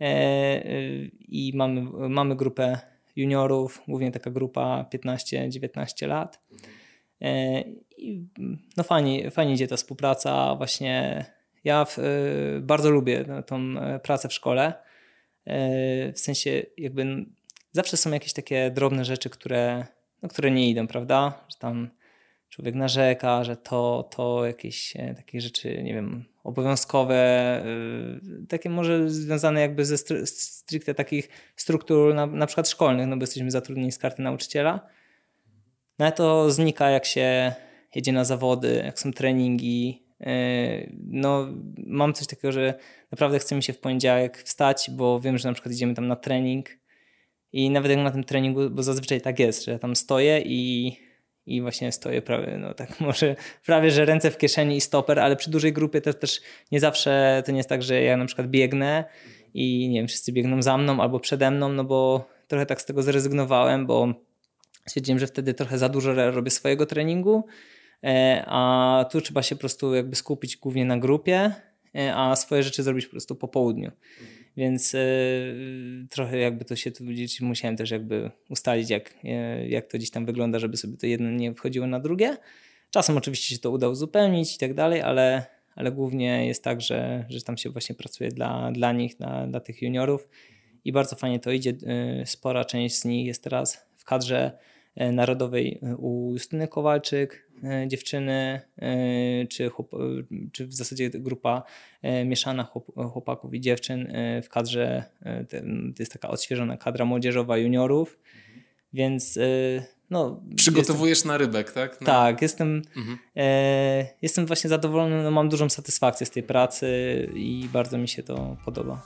i mamy grupę juniorów, głównie taka grupa 15-19 lat. I no fajnie idzie ta współpraca. Właśnie ja bardzo lubię tą pracę w szkole. W sensie jakby zawsze są jakieś takie drobne rzeczy, które nie idą, prawda? Że tam człowiek narzeka, że to jakieś takie rzeczy, nie wiem, obowiązkowe, takie może związane jakby ze stricte takich struktur na przykład szkolnych, no bo jesteśmy zatrudnieni z karty nauczyciela. No ale to znika, jak się jedzie na zawody, jak są treningi. No mam coś takiego, że naprawdę chce mi się w poniedziałek wstać, bo wiem, że na przykład idziemy tam na trening i nawet jak na tym treningu, bo zazwyczaj tak jest, że ja tam stoję i właśnie stoję prawie, no tak może prawie, że ręce w kieszeni i stoper, ale przy dużej grupie też nie zawsze to nie jest tak, że ja na przykład biegnę i nie wiem, wszyscy biegną za mną albo przede mną, no bo trochę tak z tego zrezygnowałem, bo stwierdziłem, że wtedy trochę za dużo robię swojego treningu, a tu trzeba się po prostu jakby skupić głównie na grupie, a swoje rzeczy zrobić po prostu po południu. Więc trochę jakby to się tu widzieć, musiałem też jakby ustalić, jak to gdzieś tam wygląda, żeby sobie to jedno nie wchodziło na drugie. Czasem oczywiście się to uda uzupełnić i tak dalej, ale głównie jest tak, że tam się właśnie pracuje dla nich, dla tych juniorów i bardzo fajnie to idzie. Spora część z nich jest teraz w kadrze narodowej u Justyny Kowalczyk, dziewczyny, czy w zasadzie grupa mieszana chłopaków i dziewczyn w kadrze, to jest taka odświeżona kadra młodzieżowa juniorów, więc no... Przygotowujesz na rybek, tak? Tak, jestem właśnie zadowolony, no, mam dużą satysfakcję z tej pracy i bardzo mi się to podoba.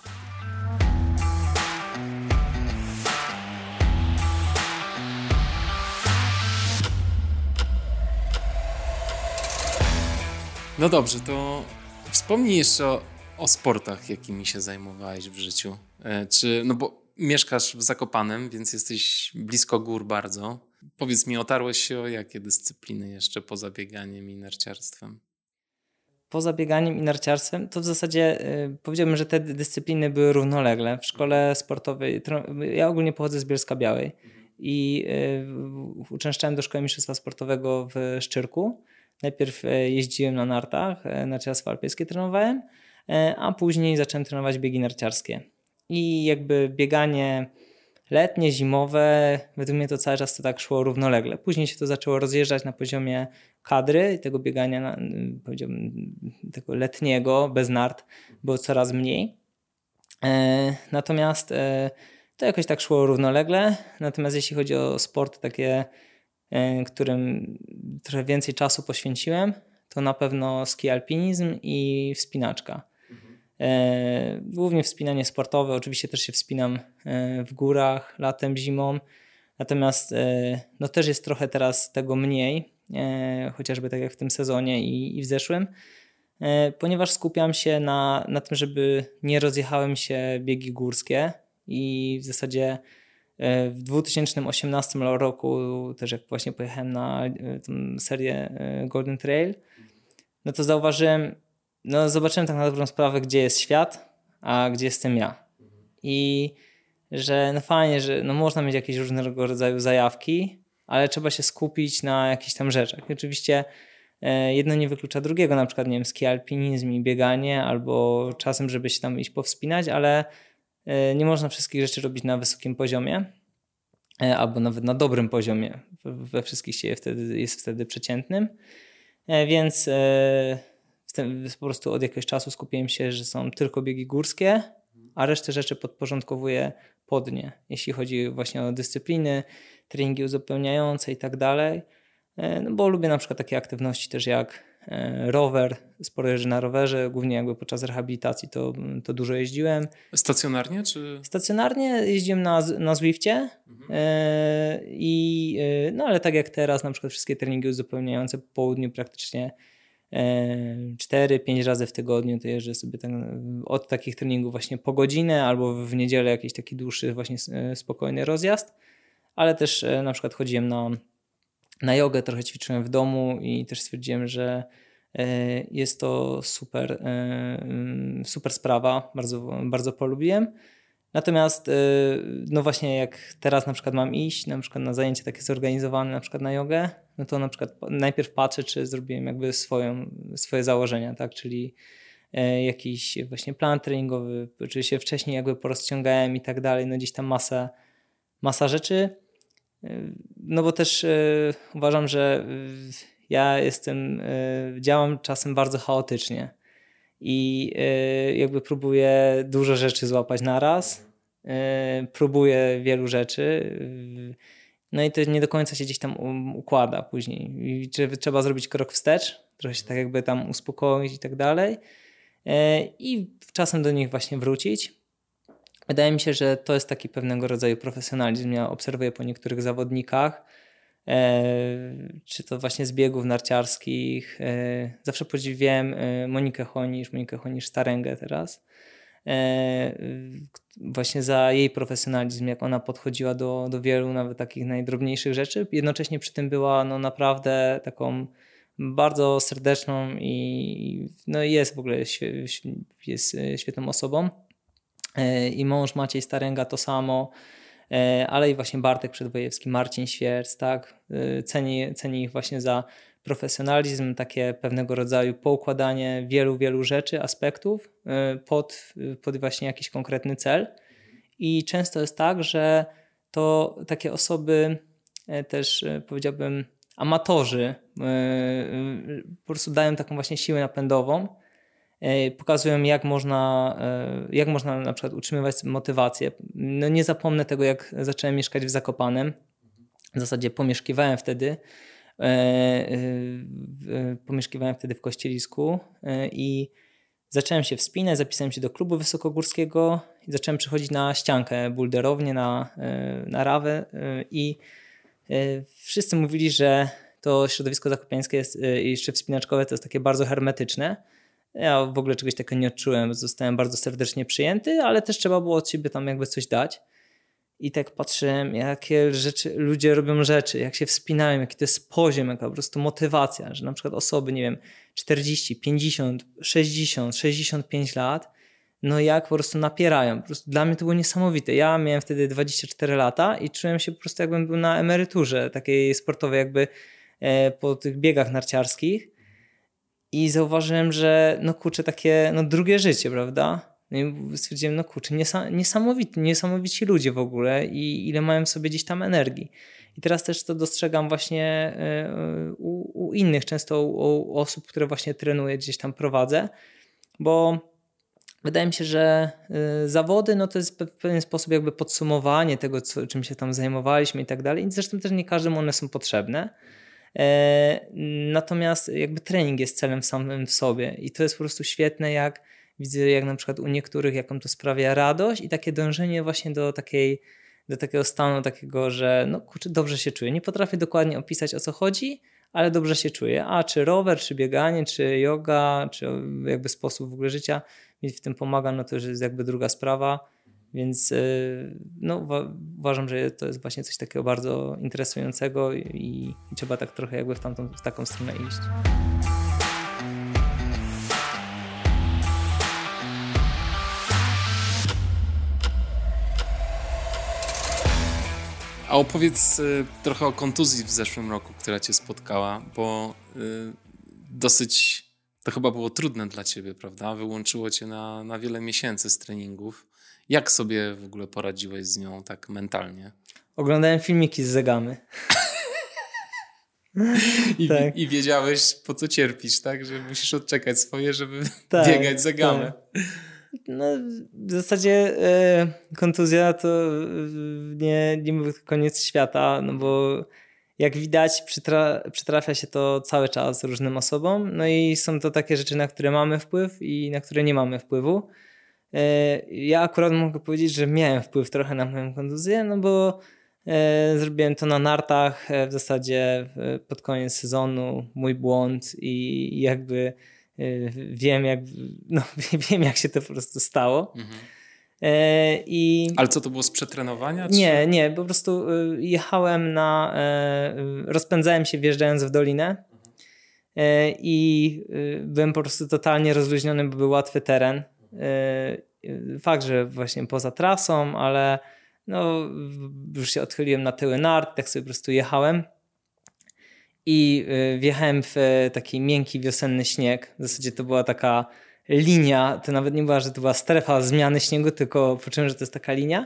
No dobrze, to wspomnij jeszcze o sportach, jakimi się zajmowałeś w życiu. No bo mieszkasz w Zakopanem, więc jesteś blisko gór bardzo. Powiedz mi, otarłeś się o jakie dyscypliny jeszcze poza bieganiem i narciarstwem? Poza bieganiem i narciarstwem, to w zasadzie powiedziałbym, że te dyscypliny były równolegle. W szkole sportowej, ja ogólnie pochodzę z Bielska-Białej i uczęszczałem do Szkoły Mistrzostwa Sportowego w Szczyrku. Najpierw jeździłem na nartach, narciarstwo alpejskie trenowałem, a później zacząłem trenować biegi narciarskie. I jakby bieganie letnie, zimowe, według mnie to cały czas to tak szło równolegle. Później się to zaczęło rozjeżdżać na poziomie kadry i tego biegania, powiedziałbym, tego letniego, bez nart, było coraz mniej. Natomiast to jakoś tak szło równolegle. Natomiast jeśli chodzi o sport takie, którym trochę więcej czasu poświęciłem, to na pewno ski alpinizm i wspinaczka. Głównie wspinanie sportowe, oczywiście też się wspinam w górach latem, zimą, natomiast no też jest trochę teraz tego mniej, chociażby tak jak w tym sezonie i w zeszłym, ponieważ skupiam się na tym, żeby nie rozjechały się biegi górskie i w zasadzie w 2018 roku też jak właśnie pojechałem na tą serię Golden Trail, no to zobaczyłem tak na dobrą sprawę, gdzie jest świat, a gdzie jestem ja. I że no fajnie, że no można mieć jakieś różnego rodzaju zajawki, ale trzeba się skupić na jakichś tam rzeczach. I oczywiście jedno nie wyklucza drugiego, na przykład nie wiem, ski alpinizm i bieganie, albo czasem, żeby się tam iść powspinać, ale nie można wszystkich rzeczy robić na wysokim poziomie, albo nawet na dobrym poziomie. We wszystkich się jest wtedy przeciętnym. Więc po prostu od jakiegoś czasu skupiłem się, że są tylko biegi górskie, a resztę rzeczy podporządkowuję pod nie. Jeśli chodzi właśnie o dyscypliny, treningi uzupełniające i tak dalej. No bo lubię na przykład takie aktywności też jak rower, sporo jeżdżę na rowerze, głównie jakby podczas rehabilitacji to dużo jeździłem. Stacjonarnie czy? Stacjonarnie jeździłem na Zwifcie, no ale tak jak teraz na przykład wszystkie treningi uzupełniające po południu praktycznie 4-5 razy w tygodniu to jeżdżę sobie od takich treningów właśnie po godzinę albo w niedzielę jakiś taki dłuższy właśnie spokojny rozjazd, ale też na przykład chodziłem na jogę, trochę ćwiczyłem w domu i też stwierdziłem, że jest to super sprawa, bardzo, bardzo polubiłem. Natomiast no właśnie jak teraz na przykład mam iść na przykład na zajęcie takie zorganizowane na przykład na jogę, no to na przykład najpierw patrzę, czy zrobiłem jakby swoje założenia, tak, czyli jakiś właśnie plan treningowy, czy się wcześniej jakby porozciągałem i tak dalej, no gdzieś tam masa rzeczy, no bo też uważam, że ja działam czasem bardzo chaotycznie i jakby próbuję dużo rzeczy złapać naraz, próbuję wielu rzeczy, no i to nie do końca się gdzieś tam układa później. I trzeba zrobić krok wstecz, trochę się tak jakby tam uspokoić i tak dalej i czasem do nich właśnie wrócić. Wydaje mi się, że to jest taki pewnego rodzaju profesjonalizm. Ja obserwuję po niektórych zawodnikach, czy to właśnie z biegów narciarskich. Zawsze podziwiałem Monikę Honisz-Starengę teraz. Właśnie za jej profesjonalizm, jak ona podchodziła do wielu nawet takich najdrobniejszych rzeczy. Jednocześnie przy tym była no naprawdę taką bardzo serdeczną i no jest w ogóle jest świetną osobą. I mąż Maciej Starenga to samo, ale i właśnie Bartek Przedwojewski, Marcin Świerc, tak? Ceni ich właśnie za profesjonalizm, takie pewnego rodzaju poukładanie wielu rzeczy, aspektów pod właśnie jakiś konkretny cel. I często jest tak, że to takie osoby też powiedziałbym amatorzy po prostu dają taką właśnie siłę napędową, pokazują jak można na przykład utrzymywać motywację. No nie zapomnę tego, jak zacząłem mieszkać w Zakopanem. W zasadzie pomieszkiwałem wtedy w Kościelisku i zacząłem się wspinać, zapisałem się do klubu wysokogórskiego i zacząłem przychodzić na ściankę boulderownię, na rawę i wszyscy mówili, że to środowisko zakopiańskie jest, jeszcze wspinaczkowe to jest takie bardzo hermetyczne. Ja w ogóle czegoś takiego nie odczułem, zostałem bardzo serdecznie przyjęty, ale też trzeba było od siebie tam jakby coś dać. I tak patrzyłem, jakie rzeczy, ludzie robią rzeczy, jak się wspinają, jaki to jest poziom, jaka po prostu motywacja, że na przykład osoby, nie wiem, 40, 50, 60, 65 lat, no jak po prostu napierają. Po prostu dla mnie to było niesamowite. Ja miałem wtedy 24 lata i czułem się po prostu jakbym był na emeryturze takiej sportowej jakby po tych biegach narciarskich i zauważyłem, że no kurczę, takie no drugie życie, prawda? No i stwierdziłem, no kurczę, niesamowici ludzie w ogóle i ile mają w sobie gdzieś tam energii. I teraz też to dostrzegam właśnie u innych, często u osób, które właśnie trenuję, gdzieś tam prowadzę, bo wydaje mi się, że zawody no to jest w pewien sposób jakby podsumowanie tego, czym się tam zajmowaliśmy i tak dalej. I zresztą też nie każdemu one są potrzebne. Natomiast jakby trening jest celem samym w sobie i to jest po prostu świetne, jak widzę, jak na przykład u niektórych, jaką to sprawia radość i takie dążenie właśnie do takiego stanu takiego, że no kurczę, dobrze się czuję. Nie potrafię dokładnie opisać, o co chodzi, ale dobrze się czuję. A czy rower, czy bieganie, czy yoga, czy jakby sposób w ogóle życia mi w tym pomaga, no to już jest jakby druga sprawa. Więc no, uważam, że to jest właśnie coś takiego bardzo interesującego i trzeba tak trochę jakby w taką stronę iść. A opowiedz trochę o kontuzji w zeszłym roku, która cię spotkała, bo dosyć to chyba było trudne dla ciebie, prawda? Wyłączyło cię na wiele miesięcy z treningów. Jak sobie w ogóle poradziłeś z nią tak mentalnie? Oglądałem filmiki z Zegamy. Tak. I wiedziałeś, po co cierpisz, tak? Że musisz odczekać swoje, żeby biegać Zegamę. Tak. No, w zasadzie kontuzja to nie był koniec świata, no bo jak widać przytrafia się to cały czas różnym osobom, no i są to takie rzeczy, na które mamy wpływ i na które nie mamy wpływu. Ja akurat mogę powiedzieć, że miałem wpływ trochę na moją kontuzję, no bo zrobiłem to na nartach w zasadzie pod koniec sezonu, mój błąd i jakby wiem jak się to po prostu stało. Mhm. Ale co to było z przetrenowania? Nie, po prostu jechałem rozpędzałem się wjeżdżając w dolinę i byłem po prostu totalnie rozluźniony, bo był łatwy teren. Fakt, że właśnie poza trasą, ale no, już się odchyliłem na tyły nart, tak sobie po prostu jechałem i wjechałem w taki miękki wiosenny śnieg. W zasadzie to była taka linia, to nawet nie była, że to była strefa zmiany śniegu, tylko poczułem, że to jest taka linia.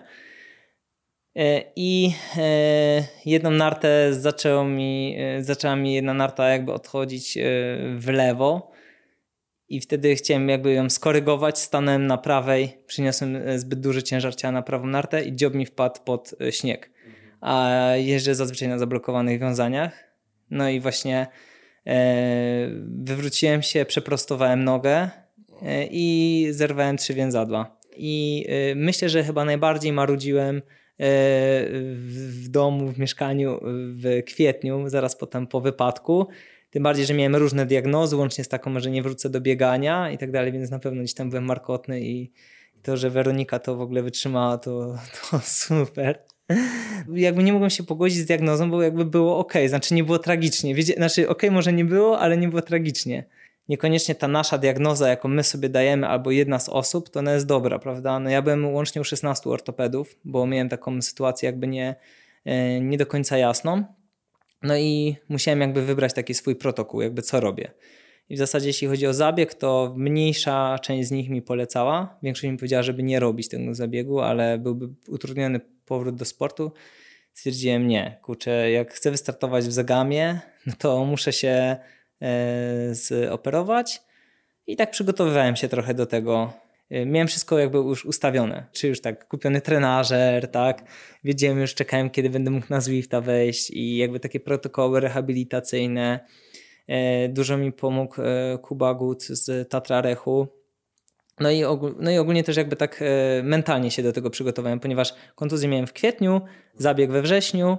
I jedną nartę zaczęła mi jedna narta jakby odchodzić w lewo i wtedy chciałem jakby ją skorygować, stanąłem na prawej, przyniosłem zbyt duży ciężar ciała na prawą nartę i dziob mi wpadł pod śnieg. A jeżdżę zazwyczaj na zablokowanych wiązaniach. No i właśnie wywróciłem się, przeprostowałem nogę i zerwałem 3 więzadła. I myślę, że chyba najbardziej marudziłem w domu, w mieszkaniu w kwietniu, zaraz potem po wypadku. Tym bardziej, że miałem różne diagnozy, łącznie z taką, że nie wrócę do biegania i tak dalej, więc na pewno gdzieś tam byłem markotny i to, że Weronika to w ogóle wytrzymała, to super. Jakby nie mogłem się pogodzić z diagnozą, bo jakby było okej, znaczy nie było tragicznie. Znaczy okej, może nie było, ale nie było tragicznie. Niekoniecznie ta nasza diagnoza, jaką my sobie dajemy, albo jedna z osób, to ona jest dobra, prawda? No ja byłem łącznie u 16 ortopedów, bo miałem taką sytuację jakby nie do końca jasną. No i musiałem jakby wybrać taki swój protokół, jakby co robię. I w zasadzie jeśli chodzi o zabieg, to mniejsza część z nich mi polecała. Większość mi powiedziała, żeby nie robić tego zabiegu, ale byłby utrudniony powrót do sportu. Stwierdziłem nie, kurczę, jak chcę wystartować w Zegamie, no to muszę się zoperować. I tak przygotowywałem się trochę do tego. Miałem wszystko jakby już ustawione, czy już tak kupiony trenażer, tak, wiedziałem już, czekałem kiedy będę mógł na Zwifta wejść i jakby takie protokoły rehabilitacyjne. Dużo mi pomógł Kuba Gut z Tatra Rechu. No i ogólnie też jakby tak mentalnie się do tego przygotowałem, ponieważ kontuzję miałem w kwietniu, zabieg we wrześniu,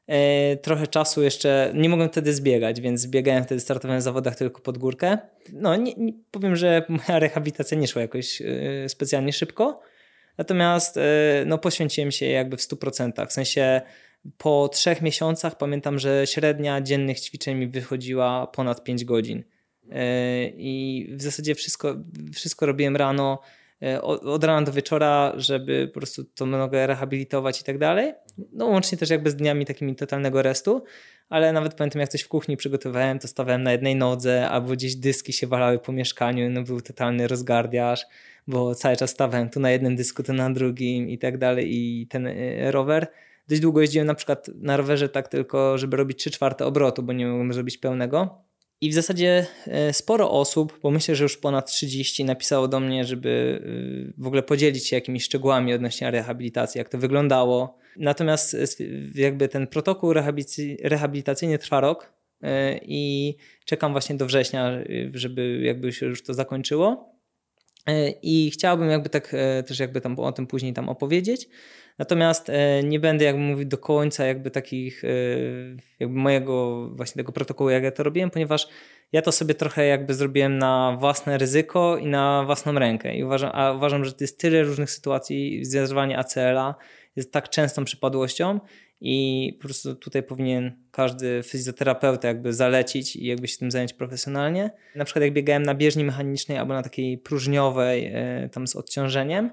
Trochę czasu jeszcze, nie mogłem wtedy zbiegać, więc biegałem wtedy, startowałem w zawodach tylko pod górkę. No nie powiem, że moja rehabilitacja nie szła jakoś specjalnie szybko, natomiast no, poświęciłem się jakby w 100%. W sensie po 3 miesiącach pamiętam, że średnia dziennych ćwiczeń mi wychodziła ponad 5 godzin. I w zasadzie wszystko robiłem rano, od rana do wieczora, żeby po prostu tą nogę rehabilitować i tak dalej. No łącznie też jakby z dniami takimi totalnego restu, ale nawet pamiętam, jak coś w kuchni przygotowałem, to stawałem na jednej nodze, albo gdzieś dyski się walały po mieszkaniu, no był totalny rozgardiaż, bo cały czas stawałem tu na jednym dysku, tu na drugim i tak dalej. I ten rower, dość długo jeździłem na przykład na rowerze tak tylko, żeby robić 3/4 obrotu, bo nie mogłem zrobić pełnego. I w zasadzie sporo osób, bo myślę, że już ponad 30 napisało do mnie, żeby w ogóle podzielić się jakimiś szczegółami odnośnie rehabilitacji, jak to wyglądało. Natomiast jakby ten protokół rehabilitacyjny trwa rok i czekam właśnie do września, żeby jakby się już to zakończyło. I chciałbym jakby tak też jakby tam o tym później tam opowiedzieć. Natomiast nie będę jakby mówił do końca jakby takich jakby mojego właśnie tego protokołu, jak ja to robiłem, ponieważ ja to sobie trochę jakby zrobiłem na własne ryzyko i na własną rękę. I uważam, że to jest tyle różnych sytuacji, zerwanie ACL-a jest tak częstą przypadłością i po prostu tutaj powinien każdy fizjoterapeuta jakby zalecić i jakby się tym zająć profesjonalnie. Na przykład jak biegałem na bieżni mechanicznej albo na takiej próżniowej tam z odciążeniem,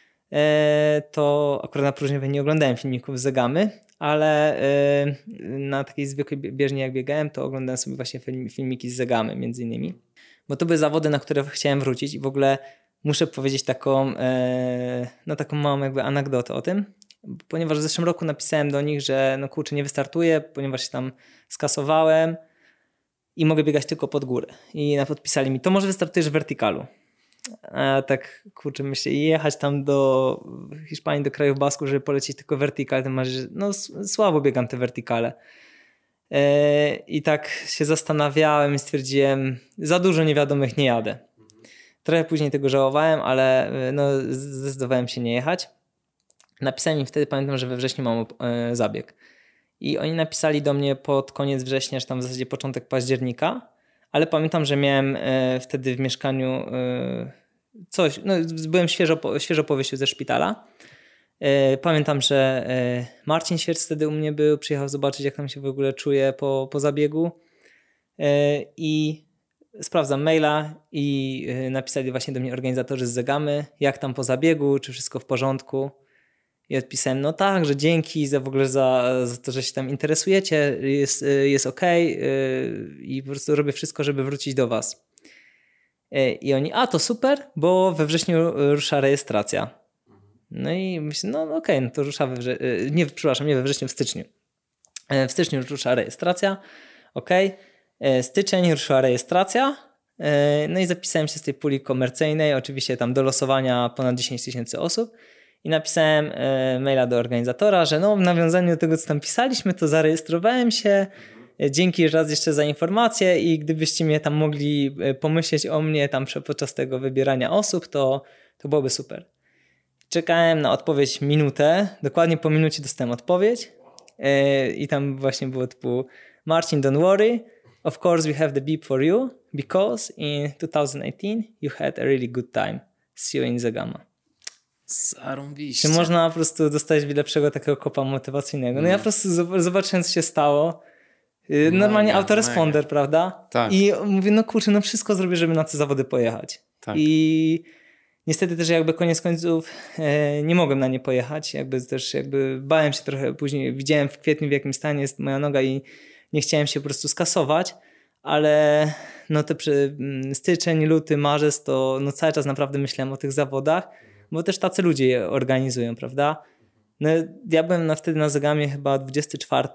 to akurat na próżniowej nie oglądałem filmików z Zegamy, ale na takiej zwykłej bieżni jak biegałem, to oglądałem sobie właśnie filmiki z Zegamy między innymi, bo to były zawody, na które chciałem wrócić i w ogóle muszę powiedzieć taką małą jakby anegdotę o tym, ponieważ w zeszłym roku napisałem do nich, że no kurczę, nie wystartuję, ponieważ się tam skasowałem i mogę biegać tylko pod górę. I podpisali mi, to może wystartujesz w vertikalu. A tak kurczę myślę, jechać tam do Hiszpanii, do krajów Basków, żeby polecieć tylko vertikal, to masz, no słabo biegam te vertikale. I tak się zastanawiałem i stwierdziłem, za dużo niewiadomych nie jadę. Trochę później tego żałowałem, ale no, zdecydowałem się nie jechać. Napisałem im wtedy, pamiętam, że we wrześniu mam zabieg. I oni napisali do mnie pod koniec września, czy tam w zasadzie początek października, ale pamiętam, że miałem wtedy w mieszkaniu coś, no byłem świeżo po wyjściu ze szpitala. Pamiętam, że Marcin Świerc wtedy u mnie był, przyjechał zobaczyć, jak tam się w ogóle czuję po zabiegu i sprawdzam maila i napisali właśnie do mnie organizatorzy z Zegamy, jak tam po zabiegu, czy wszystko w porządku. I odpisałem, no tak, że dzięki w ogóle za to, że się tam interesujecie, jest okej i po prostu robię wszystko, żeby wrócić do was. I oni, to super, bo we wrześniu rusza rejestracja. No i myślę, no okej, no to rusza nie we wrześniu, w styczniu. W styczniu rusza rejestracja, styczeń ruszyła rejestracja, no i zapisałem się z tej puli komercyjnej, oczywiście tam do losowania ponad 10 000 osób. I napisałem maila do organizatora, że no w nawiązaniu do tego, co tam pisaliśmy, to zarejestrowałem się. Dzięki raz jeszcze za informację i gdybyście mnie tam mogli pomyśleć o mnie tam podczas tego wybierania osób, to byłoby super. Czekałem na odpowiedź minutę. Dokładnie po minucie dostałem odpowiedź. I tam właśnie było typu Marcin, don't worry. Of course we have the beep for you because in 2018 you had a really good time. See you in Zegama. Zarąbiście. Czy można po prostu dostać lepszego takiego kopa motywacyjnego? No ja po prostu zobaczyłem, co się stało. Normalnie autoresponder, prawda? Tak. I mówię, no kurczę, no wszystko zrobię, żeby na te zawody pojechać. Tak. I niestety też jakby koniec końców nie mogłem na nie pojechać. Jakby bałem się trochę później. Widziałem w kwietniu, w jakim stanie jest moja noga i nie chciałem się po prostu skasować. Ale no to styczeń, luty, marzec to no cały czas naprawdę myślałem o tych zawodach. Bo też tacy ludzie je organizują, prawda? No, ja byłem wtedy na Zegamie chyba 24,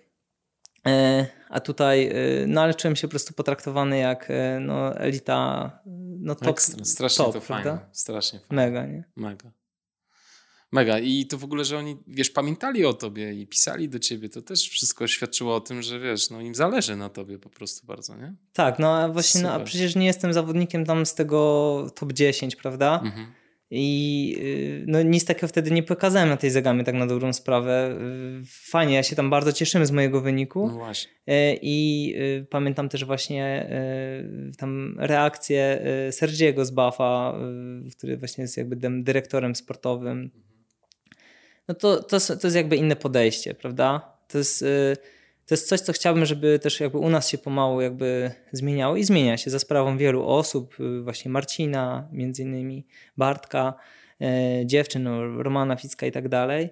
a tutaj, no ale czułem się po prostu potraktowany jak no, elita, no top. Ekstra, strasznie top, to prawda? fajne, strasznie fajne. Mega, nie? Mega. I to w ogóle, że oni, wiesz, pamiętali o tobie i pisali do ciebie, to też wszystko świadczyło o tym, że wiesz, no im zależy na tobie po prostu bardzo, nie? Tak, no a właśnie, no, a przecież nie jestem zawodnikiem tam z tego top 10, prawda? I no nic takiego wtedy nie pokazałem na tej Zegamie, tak na dobrą sprawę. Fajnie, ja się tam bardzo cieszyłem z mojego wyniku. No właśnie. I pamiętam też właśnie tam reakcję Sergiego z BAF-a, który właśnie jest jakby dyrektorem sportowym. No to jest jakby inne podejście, prawda? To jest coś, co chciałbym, żeby też jakby u nas się pomału jakby zmieniało i zmienia się za sprawą wielu osób, właśnie Marcina między innymi, Bartka, dziewczyn, no, Romana Ficka i tak dalej.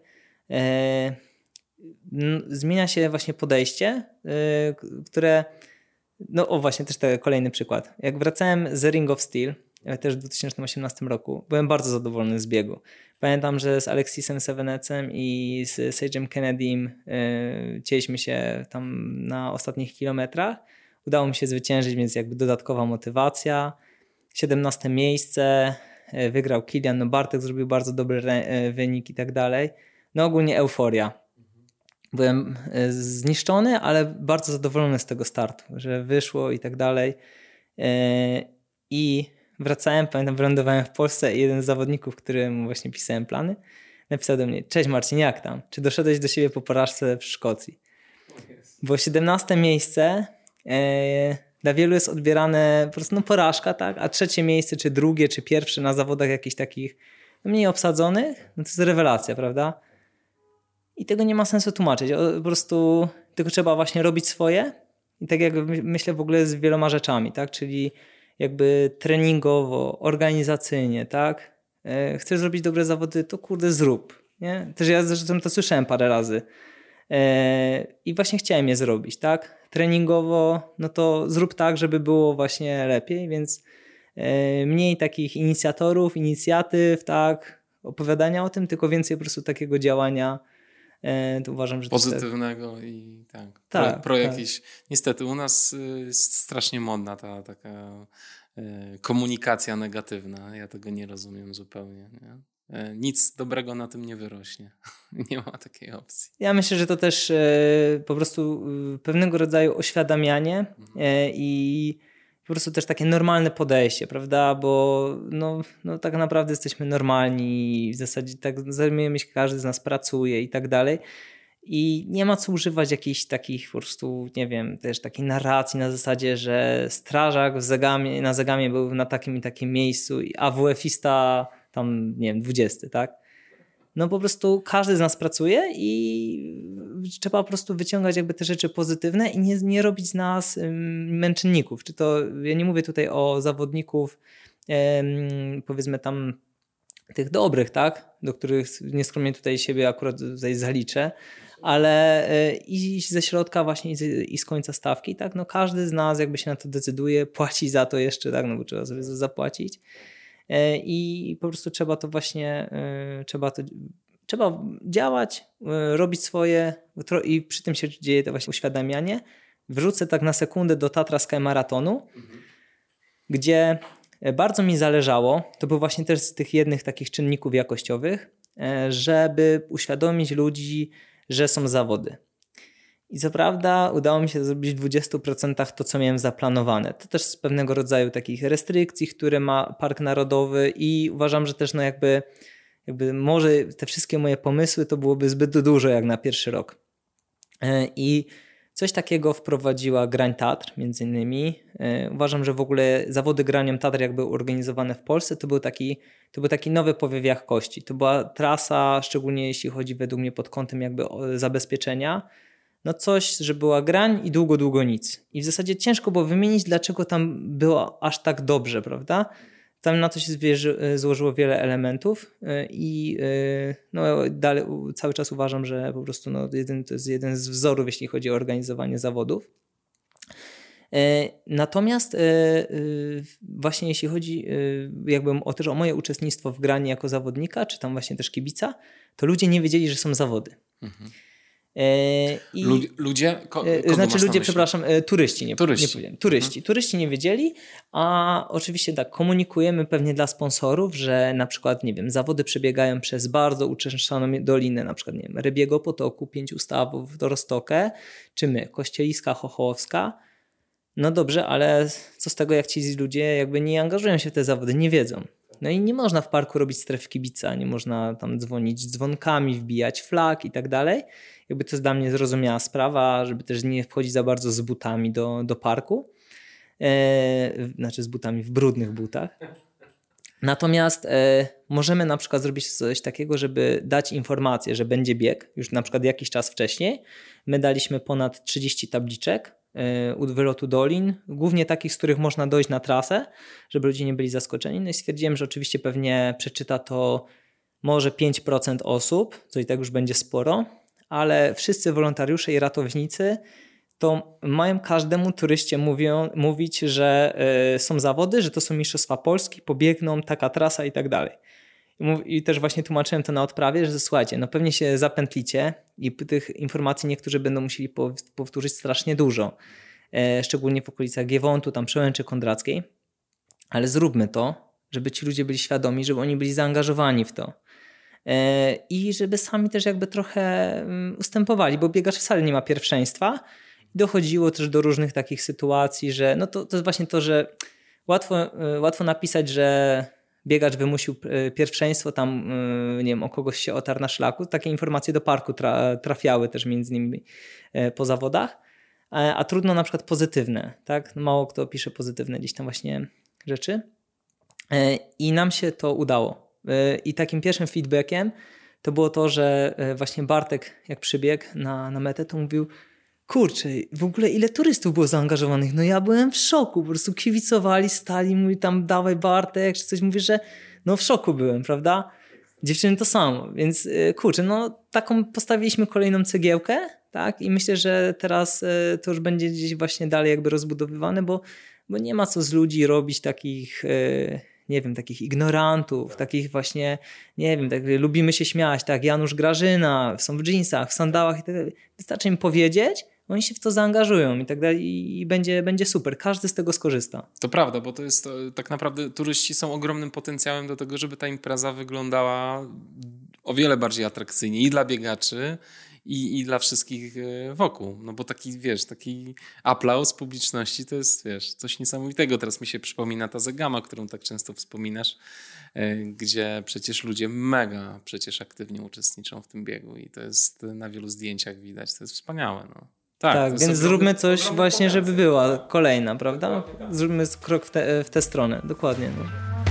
Zmienia się właśnie podejście, które, no o właśnie też ten kolejny przykład. Jak wracałem z Ring of Steel, też w 2018 roku, byłem bardzo zadowolony z biegu. Pamiętam, że z Alexisem Sevenecem i z Sage'em Kennedym cięliśmy się tam na ostatnich kilometrach. Udało mi się zwyciężyć, więc jakby dodatkowa motywacja. 17 miejsce, wygrał Kilian, no Bartek zrobił bardzo dobry wynik i tak dalej. No ogólnie euforia. Byłem zniszczony, ale bardzo zadowolony z tego startu, że wyszło i tak dalej. I wracałem, pamiętam, wylądowałem w Polsce i jeden z zawodników, któremu właśnie pisałem plany, napisał do mnie: cześć Marcin, jak tam? Czy doszedłeś do siebie po porażce w Szkocji? Bo 17 miejsce dla wielu jest odbierane po prostu porażka, tak? A trzecie miejsce, czy drugie, czy pierwsze na zawodach jakichś takich mniej obsadzonych, no to jest rewelacja, prawda? I tego nie ma sensu tłumaczyć. Po prostu tylko trzeba właśnie robić swoje. I tak jak myślę w ogóle z wieloma rzeczami, tak? Czyli jakby treningowo, organizacyjnie, tak? Chcesz zrobić dobre zawody, to kurde zrób. Nie? Też ja zresztą to słyszałem parę razy. I właśnie chciałem je zrobić, tak? Treningowo, no to zrób tak, żeby było właśnie lepiej, więc mniej takich inicjatorów, inicjatyw, tak? Opowiadania o tym, tylko więcej po prostu takiego działania. To uważam, że pozytywnego i tak. Pro jakiś. Niestety u nas jest strasznie modna ta taka komunikacja negatywna. Ja tego nie rozumiem zupełnie. Nie? Nic dobrego na tym nie wyrośnie. Nie ma takiej opcji. Ja myślę, że to też po prostu pewnego rodzaju oświadamianie i po prostu też takie normalne podejście, prawda? Bo no tak naprawdę jesteśmy normalni, w zasadzie tak zajmujemy się, każdy z nas pracuje i tak dalej. I nie ma co używać jakichś takich po prostu, nie wiem, też takiej narracji na zasadzie, że strażak na Zegamie był na takim i takim miejscu, a WF-ista tam, nie wiem, 20, tak? No po prostu każdy z nas pracuje i trzeba po prostu wyciągać jakby te rzeczy pozytywne i nie robić z nas męczenników. Czy to, ja nie mówię tutaj o zawodników, powiedzmy tam tych dobrych, tak? Do których nieskromnie tutaj siebie akurat tutaj zaliczę, ale i ze środka właśnie i z końca stawki, tak? No każdy z nas jakby się na to decyduje, płaci za to jeszcze, tak? No bo trzeba sobie zapłacić. I po prostu trzeba to właśnie, trzeba działać, robić swoje i przy tym się dzieje to właśnie uświadamianie. Wrzucę tak na sekundę do Tatra Sky Maratonu, gdzie bardzo mi zależało, to był właśnie też z tych jednych takich czynników jakościowych, żeby uświadomić ludzi, że są zawody. I co prawda udało mi się zrobić w 20% to, co miałem zaplanowane. To też z pewnego rodzaju takich restrykcji, które ma Park Narodowy i uważam, że też no jakby może te wszystkie moje pomysły to byłoby zbyt dużo jak na pierwszy rok. I coś takiego wprowadziła Grań Tatr między innymi. Uważam, że w ogóle zawody Graniom Tatr jak były organizowane w Polsce, to był taki nowy powiew jakości. To była trasa, szczególnie jeśli chodzi według mnie pod kątem jakby zabezpieczenia, no coś, że była Grań i długo nic. I w zasadzie ciężko było wymienić, dlaczego tam było aż tak dobrze, prawda? Tam na to się złożyło wiele elementów i no dalej cały czas uważam, że po prostu to jest jeden z wzorów, jeśli chodzi o organizowanie zawodów. Natomiast właśnie jeśli chodzi jakby też o moje uczestnictwo w Grani jako zawodnika, czy tam właśnie też kibica, to ludzie nie wiedzieli, że są zawody. Mhm. Ludzie? Turyści. Turyści nie wiedzieli, a oczywiście tak, komunikujemy pewnie dla sponsorów, że na przykład, nie wiem, zawody przebiegają przez bardzo uczęszczaną dolinę, na przykład, nie wiem, Rybiego Potoku, 5 Stawów, do Roztokę, czy my, Kościeliska, Chochołowska. No dobrze, ale co z tego, jak ci ludzie jakby nie angażują się w te zawody, nie wiedzą. No i nie można w parku robić stref kibica, nie można tam dzwonić dzwonkami, wbijać flag i tak dalej. Jakby to jest dla mnie zrozumiała sprawa, żeby też nie wchodzić za bardzo z butami do parku. Znaczy z butami w brudnych butach. Natomiast możemy na przykład zrobić coś takiego, żeby dać informację, że będzie bieg już na przykład jakiś czas wcześniej. My daliśmy ponad 30 tabliczek u wylotu dolin, głównie takich, z których można dojść na trasę, żeby ludzie nie byli zaskoczeni. No i stwierdziłem, że oczywiście pewnie przeczyta to może 5% osób, co i tak już będzie sporo, ale wszyscy wolontariusze i ratownicy to mają każdemu turyście mówić, że są zawody, że to są Mistrzostwa Polski, pobiegną, taka trasa i tak dalej. I też właśnie tłumaczyłem to na odprawie, że słuchajcie, no pewnie się zapętlicie i tych informacji niektórzy będą musieli powtórzyć strasznie dużo, szczególnie w okolicach Giewontu, tam Przełęczy Kondrackiej, ale zróbmy to, żeby ci ludzie byli świadomi, żeby oni byli zaangażowani w to. I żeby sami też jakby trochę ustępowali, bo biegacz wcale nie ma pierwszeństwa. Dochodziło też do różnych takich sytuacji, że no to jest właśnie to, że łatwo napisać, że biegacz wymusił pierwszeństwo, tam nie wiem, o kogoś się otarł na szlaku. Takie informacje do parku trafiały też między innymi po zawodach, a trudno na przykład pozytywne, tak? Mało kto pisze pozytywne gdzieś tam właśnie rzeczy i nam się to udało. I takim pierwszym feedbackiem to było to, że właśnie Bartek jak przybiegł na metę, to mówił: kurczę, w ogóle ile turystów było zaangażowanych? No ja byłem w szoku, po prostu kibicowali, stali, mówi tam dawaj Bartek, czy coś, mówię, że no w szoku byłem, prawda? Dziewczyny to samo, więc kurczę, no taką postawiliśmy kolejną cegiełkę, tak? I myślę, że teraz to już będzie gdzieś właśnie dalej jakby rozbudowywane, bo nie ma co z ludzi robić takich... nie wiem, takich ignorantów, takich właśnie, nie wiem, tak lubimy się śmiać, tak, Janusz Grażyna, są w dżinsach, w sandałach i tak dalej. Wystarczy im powiedzieć, oni się w to zaangażują i tak dalej i będzie super. Każdy z tego skorzysta. To prawda, bo to jest tak naprawdę turyści są ogromnym potencjałem do tego, żeby ta impreza wyglądała o wiele bardziej atrakcyjnie i dla biegaczy, i dla wszystkich wokół. No bo taki, wiesz, taki aplauz publiczności to jest, wiesz, coś niesamowitego. Teraz mi się przypomina ta Zegama, którą tak często wspominasz, gdzie przecież ludzie mega przecież aktywnie uczestniczą w tym biegu i to jest na wielu zdjęciach widać. To jest wspaniałe, no. Tak, więc zróbmy coś właśnie, żeby była kolejna, prawda? Zróbmy krok w tę stronę, dokładnie. No.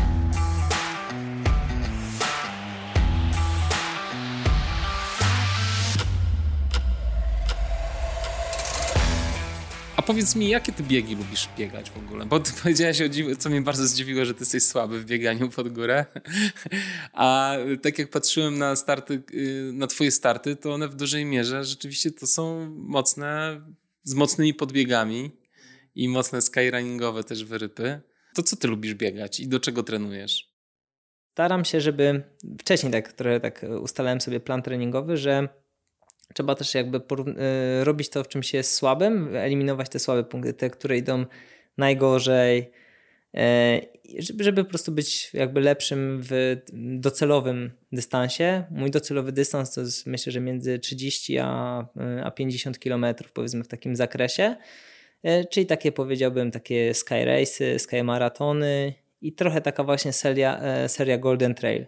A powiedz mi, jakie ty biegi lubisz biegać w ogóle? Bo ty powiedziałeś, co mnie bardzo zdziwiło, że ty jesteś słaby w bieganiu pod górę. A tak jak patrzyłem na starty, na twoje starty, to one w dużej mierze rzeczywiście to są mocne, z mocnymi podbiegami i mocne skyrunningowe też wyrypy. To co ty lubisz biegać i do czego trenujesz? Staram się, żeby wcześniej trochę ustalałem sobie plan treningowy, że trzeba też jakby robić to, w czym się jest słabym, eliminować te słabe punkty, te, które idą najgorzej, żeby po prostu być jakby lepszym w docelowym dystansie. Mój docelowy dystans to jest, myślę, że między 30 a 50 km powiedzmy w takim zakresie, czyli takie, powiedziałbym, takie sky race'y, sky maratony i trochę taka właśnie seria Golden Trail.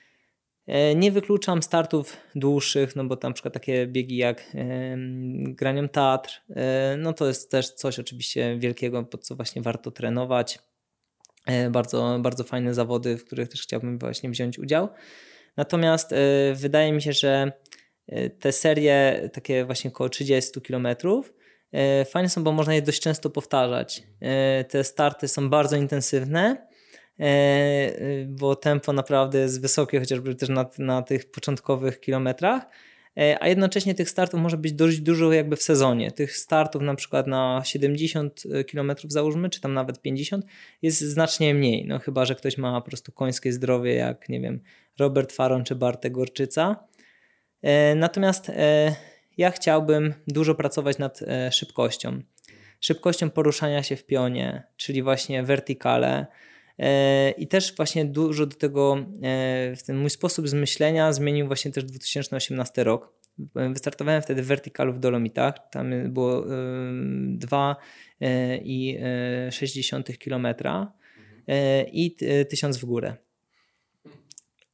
Nie wykluczam startów dłuższych, no bo tam na przykład takie biegi jak Graniom Tatr, no to jest też coś oczywiście wielkiego, pod co właśnie warto trenować. Bardzo, bardzo fajne zawody, w których też chciałbym właśnie wziąć udział. Natomiast wydaje mi się, że te serie takie właśnie około 30 km fajne są, bo można je dość często powtarzać. Te starty są bardzo intensywne, bo tempo naprawdę jest wysokie, chociażby też na tych początkowych kilometrach, a jednocześnie tych startów może być dość dużo jakby w sezonie. Tych startów na przykład na 70 km załóżmy, czy tam nawet 50 jest znacznie mniej, no chyba że ktoś ma po prostu końskie zdrowie jak, nie wiem, Robert Faron czy Bartek Gorczyca. Natomiast ja chciałbym dużo pracować nad szybkością poruszania się w pionie, czyli właśnie wertykale. I też właśnie dużo do tego, ten mój sposób myślenia zmienił właśnie też 2018 rok. Wystartowałem wtedy w Verticalu w Dolomitach, tam było 2,6 km i 1000 w górę.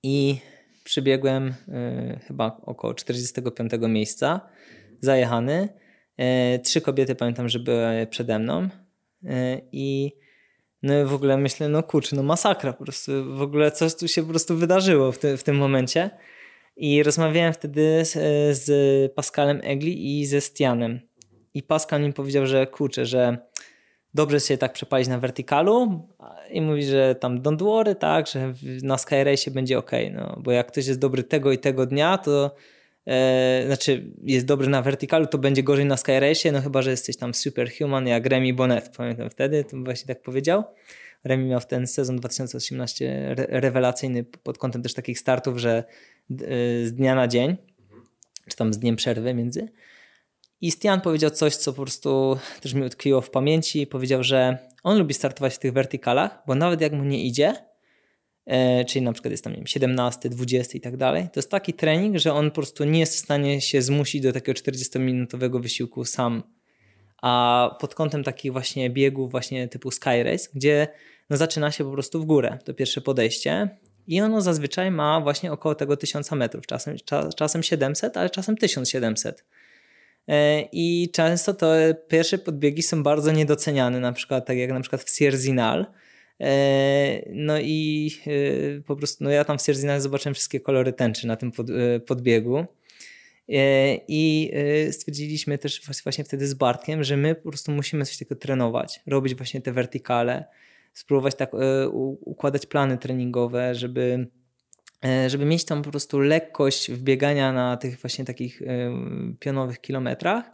i przybiegłem chyba około 45 miejsca, zajechany. 3 kobiety pamiętam, że były przede mną i no w ogóle myślę, no kurczę, no masakra po prostu, w ogóle coś tu się po prostu wydarzyło w tym momencie. I rozmawiałem wtedy z Pascalem Egli i ze Stianem. I Pascal mi powiedział, że kurczę, że dobrze się tak przepalić na verticalu i mówi, że tam don't worry, tak, że na Skyrace będzie ok, no, bo jak ktoś jest dobry tego i tego dnia, to znaczy jest dobry na verticalu, to będzie gorzej na Skyrace, no chyba, że jesteś tam superhuman jak Remy Bonnet, pamiętam wtedy, to właśnie tak powiedział. Remy miał w ten sezon 2018 rewelacyjny pod kątem też takich startów, że z dnia na dzień, czy tam z dniem przerwy między. I Stian powiedział coś, co po prostu też mi utkwiło w pamięci. Powiedział, że on lubi startować w tych wertykalach, bo nawet jak mu nie idzie, czyli na przykład jest tam, nie wiem, 17, 20 i tak dalej, to jest taki trening, że on po prostu nie jest w stanie się zmusić do takiego 40-minutowego wysiłku sam. A pod kątem takich właśnie biegów właśnie typu Skyrace, gdzie no zaczyna się po prostu w górę, to pierwsze podejście i ono zazwyczaj ma właśnie około tego 1000 metrów, czasem 700, ale czasem 1700. I często te pierwsze podbiegi są bardzo niedoceniane, na przykład tak jak na przykład w Sierzinal. No i po prostu no ja tam w Sierzinal zobaczyłem wszystkie kolory tęczy na tym podbiegu. I stwierdziliśmy też właśnie wtedy z Bartkiem, że my po prostu musimy coś takiego trenować, robić właśnie te wertykale, spróbować tak układać plany treningowe, żeby mieć tam po prostu lekkość wbiegania na tych właśnie takich pionowych kilometrach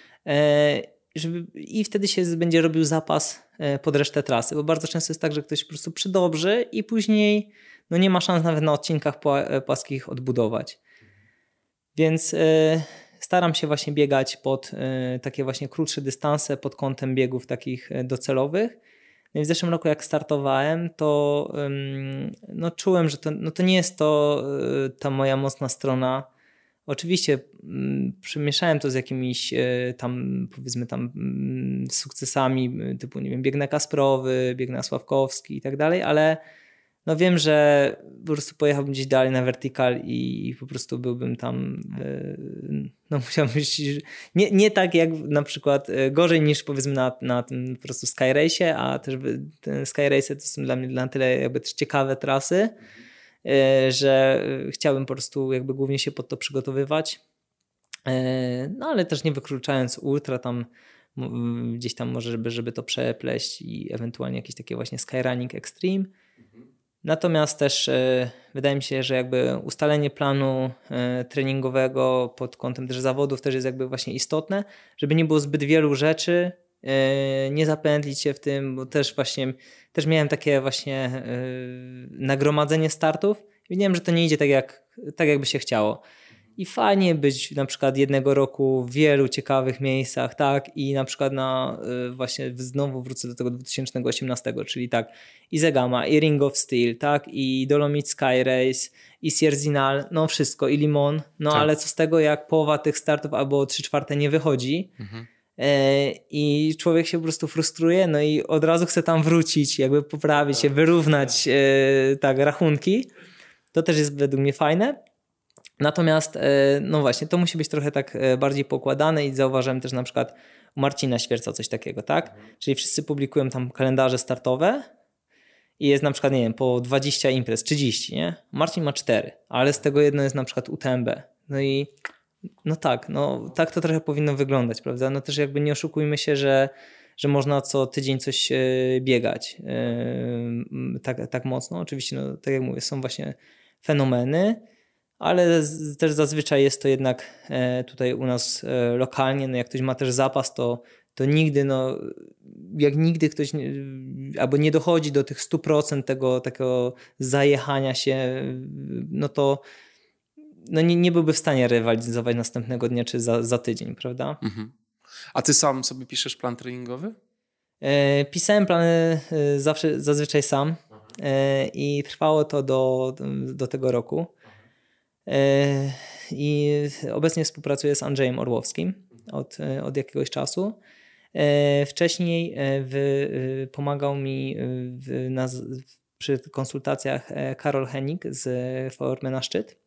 i wtedy się będzie robił zapas pod resztę trasy, bo bardzo często jest tak, że ktoś po prostu przydobrzy i później no nie ma szans nawet na odcinkach płaskich odbudować. Więc staram się właśnie biegać pod takie właśnie krótsze dystanse pod kątem biegów takich docelowych. No i w zeszłym roku jak startowałem, to no czułem, że to nie jest ta moja mocna strona. Oczywiście przemieszałem to z jakimiś tam powiedzmy tam sukcesami typu nie wiem, bieg na Kasprowy, bieg na Sławkowski i tak dalej, ale no wiem, że po prostu pojechałbym gdzieś dalej na vertical i po prostu byłbym tam, no musiałbym być nie tak jak na przykład gorzej niż powiedzmy na tym po prostu Skyrace, a też ten Skyrace to są dla mnie na tyle jakby też ciekawe trasy, że chciałbym po prostu jakby głównie się pod to przygotowywać, no ale też nie wykluczając ultra tam gdzieś tam może żeby to przepleść i ewentualnie jakieś takie właśnie Skyrunning Extreme. Natomiast też wydaje mi się, że jakby ustalenie planu treningowego pod kątem też zawodów też jest jakby właśnie istotne, żeby nie było zbyt wielu rzeczy, nie zapętlić się w tym, bo też miałem takie właśnie nagromadzenie startów i wiedziałem, że to nie idzie tak jakby się chciało. I fajnie być na przykład jednego roku w wielu ciekawych miejscach, tak, i na przykład właśnie znowu wrócę do tego 2018, czyli tak, i Zegama, i Ring of Steel, tak, i Dolomite Sky Race, i Sierzinal, no wszystko, i Limon, no tak. Ale co z tego, jak połowa tych startów albo 3/4 nie wychodzi, i człowiek się po prostu frustruje, no i od razu chce tam wrócić, jakby poprawić się, wyrównać tak rachunki, to też jest według mnie fajne. Natomiast no właśnie, to musi być trochę tak bardziej pokładane i zauważyłem też na przykład u Marcina Świerca coś takiego, tak? Czyli wszyscy publikują tam kalendarze startowe i jest na przykład, nie wiem, po 20 imprez, 30, nie? Marcin ma 4, ale z tego jedno jest na przykład UTMB. No i no tak to trochę powinno wyglądać, prawda? No też jakby nie oszukujmy się, że można co tydzień coś biegać tak mocno. Oczywiście, no, tak jak mówię, są właśnie fenomeny, ale też zazwyczaj jest to jednak tutaj u nas lokalnie, no jak ktoś ma też zapas, to nigdy, no jak nigdy ktoś albo nie dochodzi do tych 100% tego takiego zajechania się, no to no nie byłby w stanie rywalizować następnego dnia czy za tydzień, prawda? Mhm. A ty sam sobie piszesz plan treningowy? Pisałem plany zazwyczaj sam i trwało to do tego roku. I obecnie współpracuję z Andrzejem Orłowskim od jakiegoś czasu. Wcześniej pomagał mi przy konsultacjach Karol Hennig z Formy na Szczyt.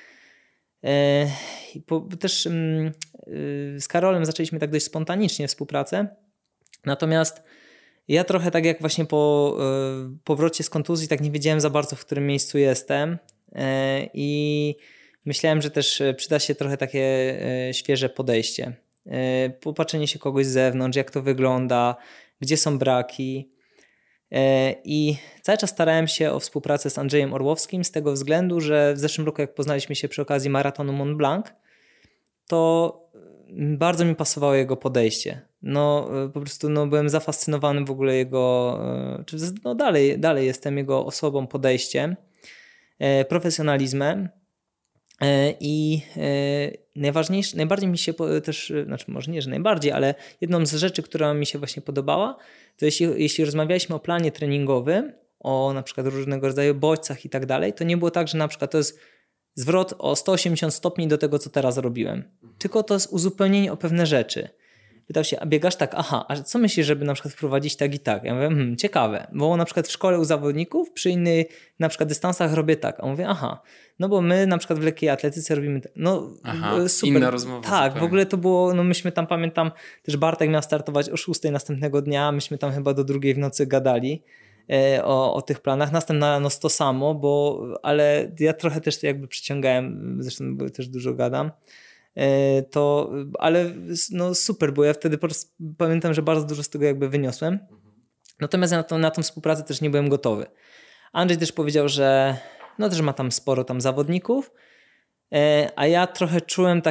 Też z Karolem zaczęliśmy tak dość spontanicznie współpracę. Natomiast ja trochę tak jak właśnie po powrocie z kontuzji tak nie wiedziałem za bardzo, w którym miejscu jestem i myślałem, że też przyda się trochę takie świeże podejście. Popatrzenie się kogoś z zewnątrz, jak to wygląda, gdzie są braki. I cały czas starałem się o współpracę z Andrzejem Orłowskim z tego względu, że w zeszłym roku jak poznaliśmy się przy okazji maratonu Mont Blanc, to bardzo mi pasowało jego podejście. Po prostu byłem zafascynowany w ogóle jego, dalej jestem jego osobą, podejściem, profesjonalizmem i najbardziej mi się też, może nie, że najbardziej, ale jedną z rzeczy, która mi się właśnie podobała, to jeśli rozmawialiśmy o planie treningowym, o na przykład różnego rodzaju bodźcach i tak dalej, to nie było tak, że na przykład to jest zwrot o 180 stopni do tego, co teraz robiłem. Tylko to jest uzupełnienie o pewne rzeczy. Pytał się, a biegasz tak, a co myślisz, żeby na przykład wprowadzić tak i tak? Ja mówię, ciekawe, bo na przykład w szkole u zawodników przy innych na przykład dystansach robię tak. A mówię, bo my na przykład w lekkiej atletyce robimy tak. Super. Inna rozmowa. Tak, zupełnie. w ogóle to było, myśmy tam, pamiętam, też Bartek miał startować o 6 następnego dnia, myśmy tam chyba do 2 w nocy gadali o tych planach. Następna noc to samo, ale ja trochę też jakby przyciągałem, zresztą też dużo gadam. Ale super, bo ja wtedy po prostu pamiętam, że bardzo dużo z tego jakby wyniosłem. Natomiast ja na tą współpracę też nie byłem gotowy. Andrzej też powiedział, że też ma tam sporo tam zawodników, a ja trochę czułem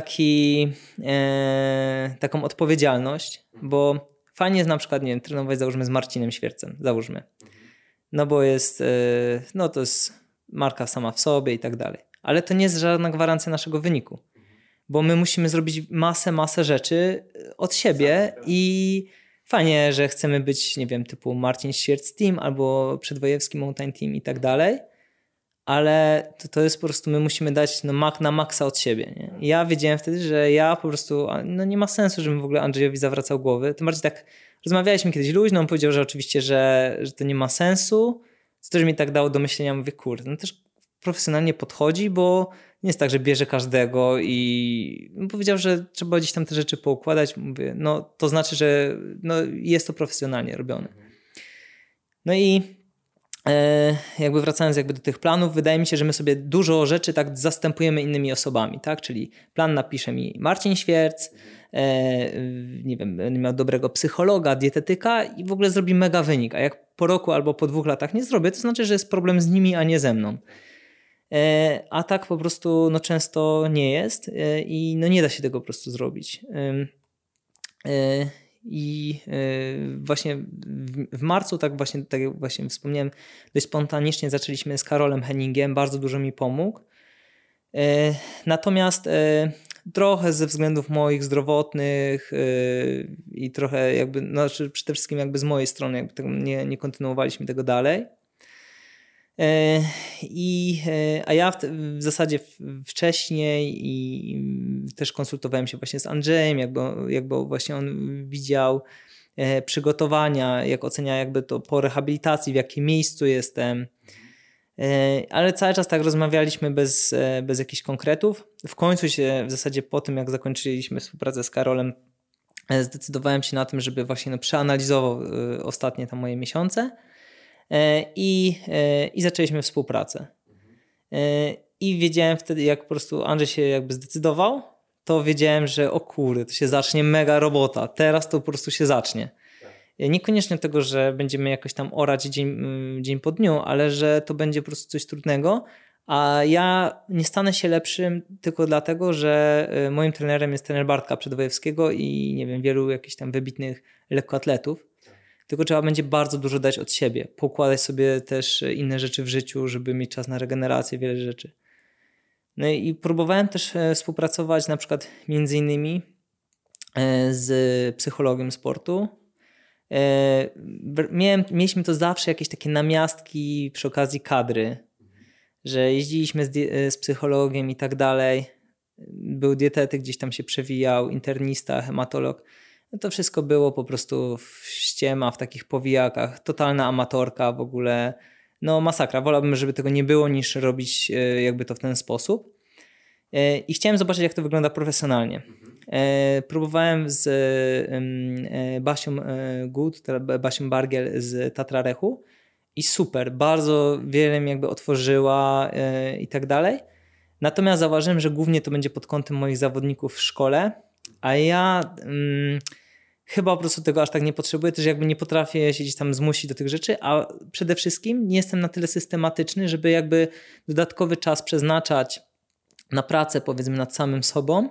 taką odpowiedzialność, bo fajnie jest na przykład, nie wiem, trenować załóżmy z Marcinem Świercem, załóżmy. Bo jest, to jest marka sama w sobie i tak dalej. Ale to nie jest żadna gwarancja naszego wyniku. Bo my musimy zrobić masę rzeczy od siebie i fajnie, że chcemy być, nie wiem, typu Marcin Świerc Team albo Przedwojewski Mountain Team i tak dalej, ale to jest po prostu, my musimy dać na maksa od siebie. Nie? I ja wiedziałem wtedy, że ja po prostu, nie ma sensu, żebym w ogóle Andrzejowi zawracał głowy. Tym bardziej tak rozmawialiśmy kiedyś luźno, on powiedział, że oczywiście, że to nie ma sensu, co też mi tak dało do myślenia, mówię, kurde, też profesjonalnie podchodzi, bo nie jest tak, że bierze każdego i powiedział, że trzeba gdzieś tam te rzeczy poukładać. Mówię, to znaczy, że jest to profesjonalnie robione. I jakby wracając do tych planów, wydaje mi się, że my sobie dużo rzeczy tak zastępujemy innymi osobami, tak? Czyli plan napisze mi Marcin Świerc, nie wiem, będzie miał dobrego psychologa, dietetyka i w ogóle zrobi mega wynik. A jak po roku albo po 2 latach nie zrobię, to znaczy, że jest problem z nimi, a nie ze mną. A tak po prostu często nie jest i nie da się tego po prostu zrobić. I właśnie w marcu, tak jak właśnie wspomniałem, dość spontanicznie zaczęliśmy z Karolem Henningiem, bardzo dużo mi pomógł. Natomiast trochę ze względów moich zdrowotnych i trochę jakby, przede wszystkim jakby z mojej strony jakby tego nie kontynuowaliśmy tego dalej. A ja w zasadzie wcześniej i też konsultowałem się właśnie z Andrzejem, jakby właśnie on widział przygotowania, jak ocenia jakby to po rehabilitacji, w jakim miejscu jestem. Ale cały czas tak rozmawialiśmy bez jakichś konkretów. W końcu się w zasadzie po tym, jak zakończyliśmy współpracę z Karolem, zdecydowałem się na tym, żeby właśnie przeanalizował ostatnie tam moje miesiące. I zaczęliśmy współpracę. I wiedziałem wtedy, jak po prostu Andrzej się jakby zdecydował, to wiedziałem, że o kurde, to się zacznie mega robota. Teraz to po prostu się zacznie. Niekoniecznie tego, że będziemy jakoś tam orać dzień po dniu, ale że to będzie po prostu coś trudnego, a ja nie stanę się lepszym tylko dlatego, że moim trenerem jest trener Bartka Przedwojewskiego i nie wiem, wielu jakichś tam wybitnych lekkoatletów. Tylko trzeba będzie bardzo dużo dać od siebie, poukładać sobie też inne rzeczy w życiu, żeby mieć czas na regenerację, wiele rzeczy. I próbowałem też współpracować na przykład między innymi z psychologiem sportu. Mieliśmy to zawsze jakieś takie namiastki przy okazji kadry, że jeździliśmy z psychologiem i tak dalej. Był dietetyk, gdzieś tam się przewijał, internista, hematolog. To wszystko było po prostu w ściema, w takich powijakach. Totalna amatorka w ogóle. no masakra. Wolałbym, żeby tego nie było, niż robić jakby to w ten sposób. I chciałem zobaczyć, jak to wygląda profesjonalnie. Próbowałem z Basią Gut, Basią Bargiel z Tatra Rechu i super, bardzo wiele mi jakby otworzyła i tak dalej. Natomiast zauważyłem, że głównie to będzie pod kątem moich zawodników w szkole, a ja chyba po prostu tego aż tak nie potrzebuję, też jakby nie potrafię się gdzieś tam zmusić do tych rzeczy, a przede wszystkim nie jestem na tyle systematyczny, żeby jakby dodatkowy czas przeznaczać na pracę, powiedzmy, nad samym sobą,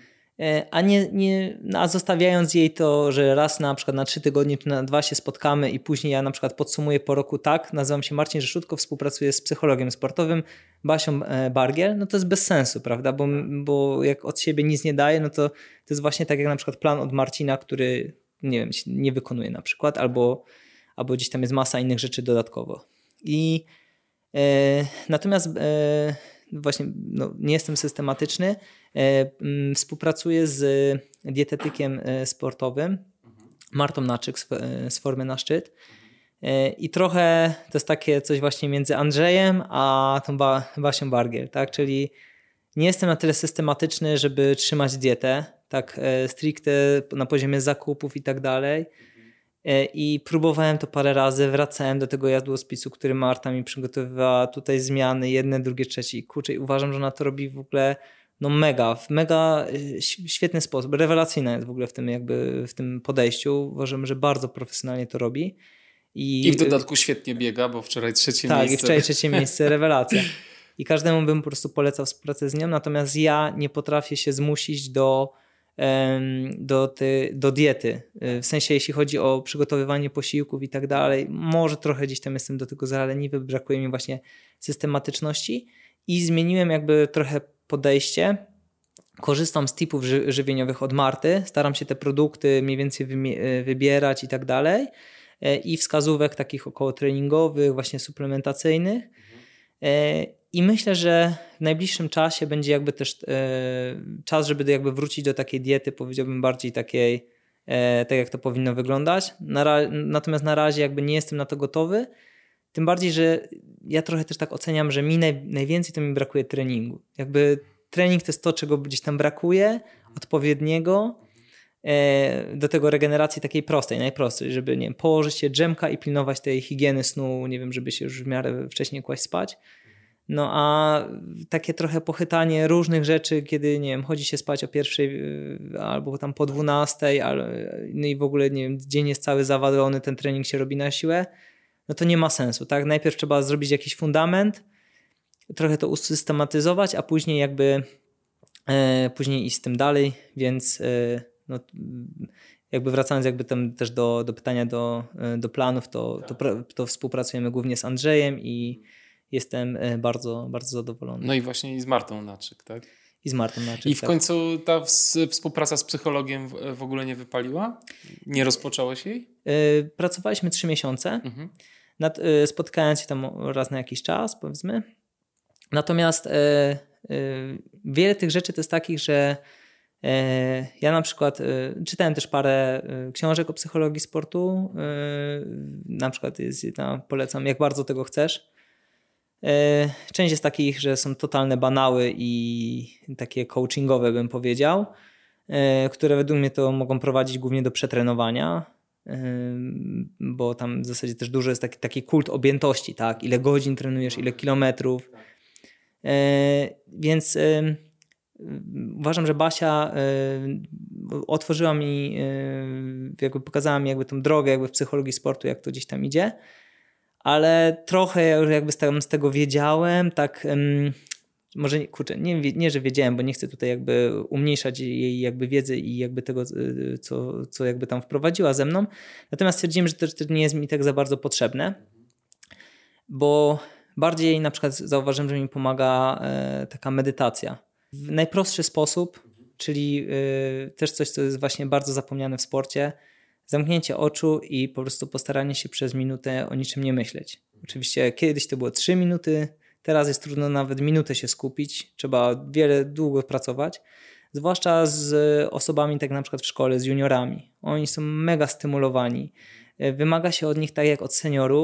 a zostawiając jej to, że raz na przykład na 3 tygodnie czy na 2 się spotkamy i później ja na przykład podsumuję po roku tak, nazywam się Marcin Rzeszutko, współpracuję z psychologiem sportowym Basią Bargiel, no to jest bez sensu, prawda, bo jak od siebie nic nie daje, no to jest właśnie tak jak na przykład plan od Marcina, który nie wiem, się nie wykonuje na przykład, albo gdzieś tam jest masa innych rzeczy dodatkowo. Natomiast właśnie nie jestem systematyczny. Współpracuję z dietetykiem sportowym Martą Naczyk z Formy na Szczyt i trochę to jest takie coś właśnie między Andrzejem a tą Basią Bargiel, tak? Czyli nie jestem na tyle systematyczny, żeby trzymać dietę tak stricte na poziomie zakupów i tak dalej. I próbowałem to parę razy, wracałem do tego jadłospisu, który Marta mi przygotowywała, tutaj zmiany, jedne, drugie, trzecie i kurczę, i uważam, że ona to robi w ogóle w mega świetny sposób, rewelacyjna jest w ogóle w tym podejściu, uważam, że bardzo profesjonalnie to robi. I w dodatku świetnie biega, bo wczoraj 3. miejsce. Tak, i wczoraj 3. miejsce, rewelacja. I każdemu bym po prostu polecał współpracę z nią, natomiast ja nie potrafię się zmusić do diety. W sensie jeśli chodzi o przygotowywanie posiłków i tak dalej, może trochę gdzieś tam jestem do tego za leniwy, brakuje mi właśnie systematyczności i zmieniłem jakby trochę podejście. Korzystam z tipów żywieniowych od Marty, staram się te produkty mniej więcej wybierać i tak dalej i wskazówek takich około treningowych, właśnie suplementacyjnych. I myślę, że w najbliższym czasie będzie jakby też czas, żeby jakby wrócić do takiej diety, powiedziałbym bardziej takiej, tak jak to powinno wyglądać. Natomiast na razie jakby nie jestem na to gotowy. Tym bardziej, że ja trochę też tak oceniam, że mi najwięcej to mi brakuje treningu. Jakby trening to jest to, czego gdzieś tam brakuje, odpowiedniego, do tego regeneracji takiej prostej, najprostszej, żeby nie wiem, położyć się drzemka i pilnować tej higieny snu, nie wiem, żeby się już w miarę wcześniej kłaść spać. No a takie trochę pochytanie różnych rzeczy, kiedy nie wiem, chodzi się spać o 1 albo tam po 12, no i w ogóle nie wiem, dzień jest cały zawalony, ten trening się robi na siłę, no to nie ma sensu, tak? Najpierw trzeba zrobić jakiś fundament, trochę to usystematyzować, a później później iść z tym dalej, więc no, jakby wracając jakby tam też do pytania do planów, to współpracujemy głównie z Andrzejem i jestem bardzo, bardzo zadowolony. No i właśnie i z Martą Naczyk, tak? I z Martą Naczyk. I w końcu ta współpraca z psychologiem w ogóle nie wypaliła? Nie rozpocząłeś jej? Pracowaliśmy 3 miesiące. Spotkając się tam raz na jakiś czas, powiedzmy. Natomiast wiele tych rzeczy to jest takich, że ja na przykład czytałem też parę książek o psychologii sportu. Na przykład polecam Jak bardzo tego chcesz. Część jest takich, że są totalne banały i takie coachingowe, bym powiedział, które według mnie to mogą prowadzić głównie do przetrenowania, bo tam w zasadzie też dużo jest taki kult objętości, tak? Ile godzin trenujesz, ile kilometrów. Więc uważam, że Basia otworzyła mi, jakby pokazała mi jakby tą drogę jakby w psychologii sportu, jak to gdzieś tam idzie. Ale trochę ja już jakby z tego wiedziałem, tak może kurczę, nie, że wiedziałem, bo nie chcę tutaj jakby umniejszać jej jakby wiedzy i jakby tego, co jakby tam wprowadziła ze mną. Natomiast stwierdziłem, że to nie jest mi tak za bardzo potrzebne, bo bardziej na przykład zauważyłem, że mi pomaga taka medytacja. W najprostszy sposób, czyli też coś, co jest właśnie bardzo zapomniane w sporcie, zamknięcie oczu i po prostu postaranie się przez minutę o niczym nie myśleć. Oczywiście kiedyś to było 3 minuty, teraz jest trudno nawet minutę się skupić, trzeba długo pracować, zwłaszcza z osobami tak na przykład w szkole, z juniorami. Oni są mega stymulowani. Wymaga się od nich tak jak od seniorów,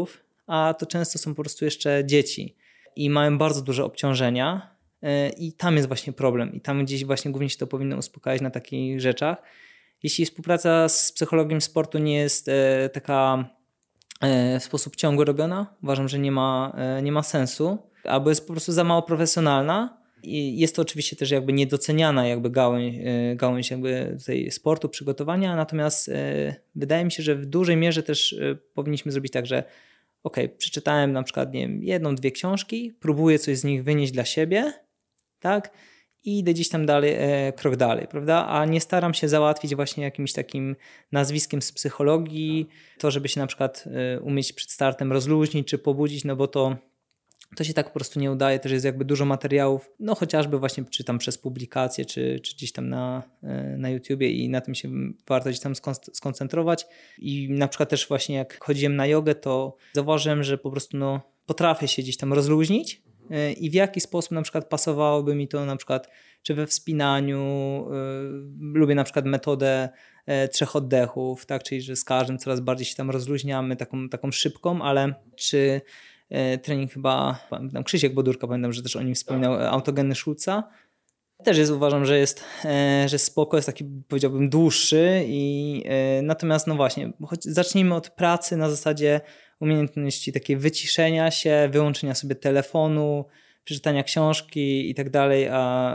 a to często są po prostu jeszcze dzieci i mają bardzo duże obciążenia i tam jest właśnie problem i tam gdzieś właśnie głównie się to powinno uspokajać na takich rzeczach. Jeśli współpraca z psychologiem sportu nie jest taka w sposób ciągły robiona, uważam, że nie ma sensu, albo jest po prostu za mało profesjonalna i jest to oczywiście też jakby niedoceniana jakby gałąź jakby tej sportu, przygotowania, natomiast wydaje mi się, że w dużej mierze też powinniśmy zrobić tak, że przeczytałem na przykład nie wiem, 1, 2 książki, próbuję coś z nich wynieść dla siebie, tak? I idę gdzieś tam dalej, krok dalej, prawda? A nie staram się załatwić właśnie jakimś takim nazwiskiem z psychologii, to żeby się na przykład umieć przed startem rozluźnić czy pobudzić, no bo to się tak po prostu nie udaje. Też jest jakby dużo materiałów, no chociażby właśnie czytam przez publikacje, czy gdzieś tam na YouTubie i na tym się warto gdzieś tam skoncentrować. I na przykład też właśnie jak chodziłem na jogę, to zauważyłem, że po prostu potrafię się gdzieś tam rozluźnić i w jaki sposób na przykład pasowałoby mi to na przykład czy we wspinaniu, lubię na przykład metodę 3 oddechów, tak, czyli że z każdym coraz bardziej się tam rozluźniamy, taką szybką, ale czy trening chyba, tam Krzysiek Bodurka, pamiętam, że też o nim wspominał, autogenny Schulza. Też uważam, że jest spoko, jest taki powiedziałbym dłuższy natomiast no właśnie, zacznijmy od pracy na zasadzie umiejętności takiej wyciszenia się, wyłączenia sobie telefonu, przeczytania książki i tak dalej,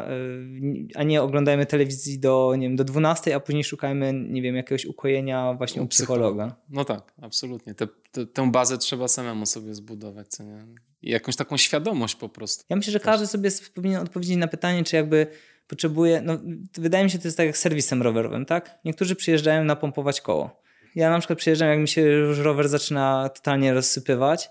a nie oglądajmy telewizji do 12, a później szukajmy, nie wiem, jakiegoś ukojenia właśnie u psychologa. No tak, absolutnie. Tę bazę trzeba samemu sobie zbudować, co nie? I jakąś taką świadomość po prostu. Ja myślę, że każdy sobie powinien odpowiedzieć na pytanie, czy jakby potrzebuje, wydaje mi się, to jest tak jak z serwisem rowerowym, tak? Niektórzy przyjeżdżają napompować koło. Ja na przykład przyjeżdżam, jak mi się już rower zaczyna totalnie rozsypywać,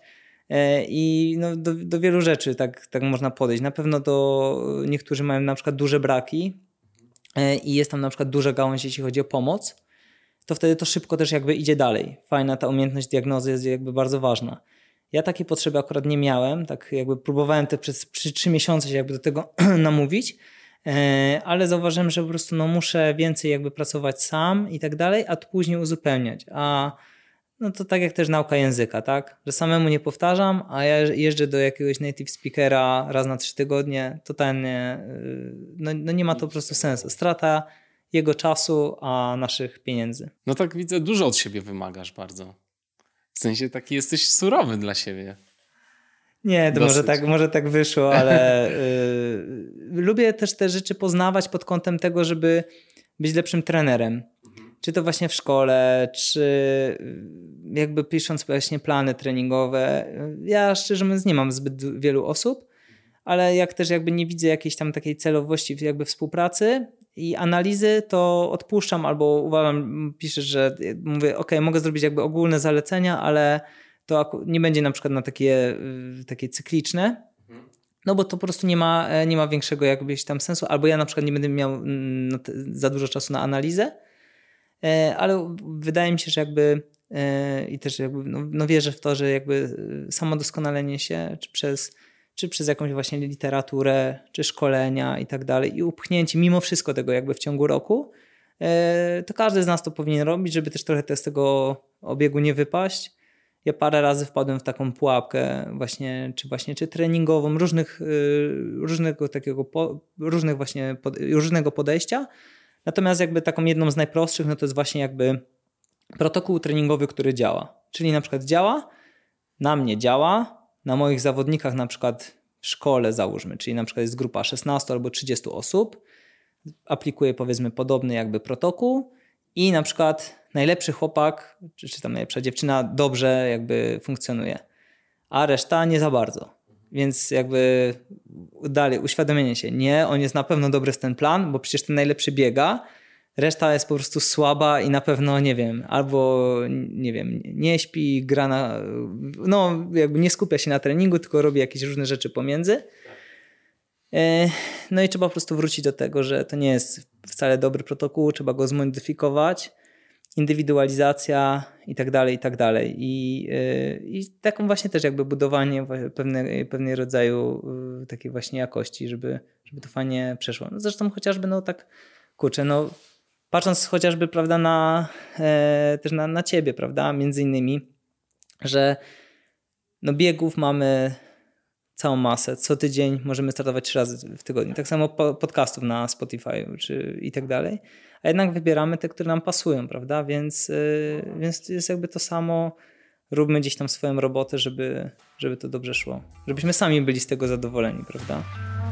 i do wielu rzeczy tak można podejść. Na pewno niektórzy mają na przykład duże braki i jest tam na przykład duża gałąź, jeśli chodzi o pomoc, to wtedy to szybko też jakby idzie dalej. Fajna ta umiejętność diagnozy jest jakby bardzo ważna. Ja takiej potrzeby akurat nie miałem, tak jakby próbowałem przez 3 miesiące się jakby do tego namówić, ale zauważyłem, że po prostu muszę więcej jakby pracować sam i tak dalej, a to później uzupełniać. To tak jak też nauka języka, tak? Że samemu nie powtarzam, a ja jeżdżę do jakiegoś native speakera raz na 3 tygodnie, totalnie nie ma to po prostu sensu. Strata jego czasu, a naszych pieniędzy. No tak widzę, dużo od siebie wymagasz bardzo. W sensie taki jesteś surowy dla siebie. Nie, to może tak wyszło, ale lubię też te rzeczy poznawać pod kątem tego, żeby być lepszym trenerem. Czy to właśnie w szkole, czy jakby pisząc właśnie plany treningowe. Ja szczerze mówiąc nie mam zbyt wielu osób, ale jak też jakby nie widzę jakiejś tam takiej celowości jakby współpracy i analizy, to odpuszczam albo uważam, piszę, że mówię, mogę zrobić jakby ogólne zalecenia, ale to nie będzie na przykład na takie cykliczne, bo to po prostu nie ma większego jakbyś tam sensu, albo ja na przykład nie będę miał za dużo czasu na analizę, ale wydaje mi się, że jakby i też jakby wierzę w to, że jakby samodoskonalenie się czy przez jakąś właśnie literaturę, czy szkolenia i tak dalej i upchnięcie mimo wszystko tego jakby w ciągu roku, to każdy z nas to powinien robić, żeby też trochę z tego obiegu nie wypaść. Ja parę razy wpadłem w taką pułapkę czy treningową, różnego podejścia. Natomiast jakby taką jedną z najprostszych, to jest właśnie jakby protokół treningowy, który działa. Czyli na przykład na mnie działa, na moich zawodnikach na przykład w szkole załóżmy, czyli na przykład jest grupa 16 albo 30 osób, aplikuję powiedzmy podobny jakby protokół i na przykład najlepszy chłopak, czy tam najlepsza dziewczyna dobrze jakby funkcjonuje, a reszta nie za bardzo. Więc jakby dalej uświadomienie się, nie, on jest na pewno dobry w ten plan, bo przecież ten najlepszy biega, reszta jest po prostu słaba i na pewno, nie wiem, albo nie wiem, nie śpi, gra jakby nie skupia się na treningu, tylko robi jakieś różne rzeczy pomiędzy. No i trzeba po prostu wrócić do tego, że to nie jest wcale dobry protokół, trzeba go zmodyfikować, indywidualizacja i tak dalej, i tak dalej. I taką właśnie też jakby budowanie pewnego rodzaju takiej właśnie jakości, żeby to fajnie przeszło. Zresztą chociażby patrząc chociażby, prawda, też na ciebie, prawda, między innymi, że No biegów mamy całą masę. Co tydzień możemy startować 3 razy w tygodniu. Tak samo podcastów na Spotify i tak dalej. A jednak wybieramy te, które nam pasują, prawda? Więc jest jakby to samo. Róbmy gdzieś tam swoją robotę, żeby to dobrze szło. Żebyśmy sami byli z tego zadowoleni, prawda?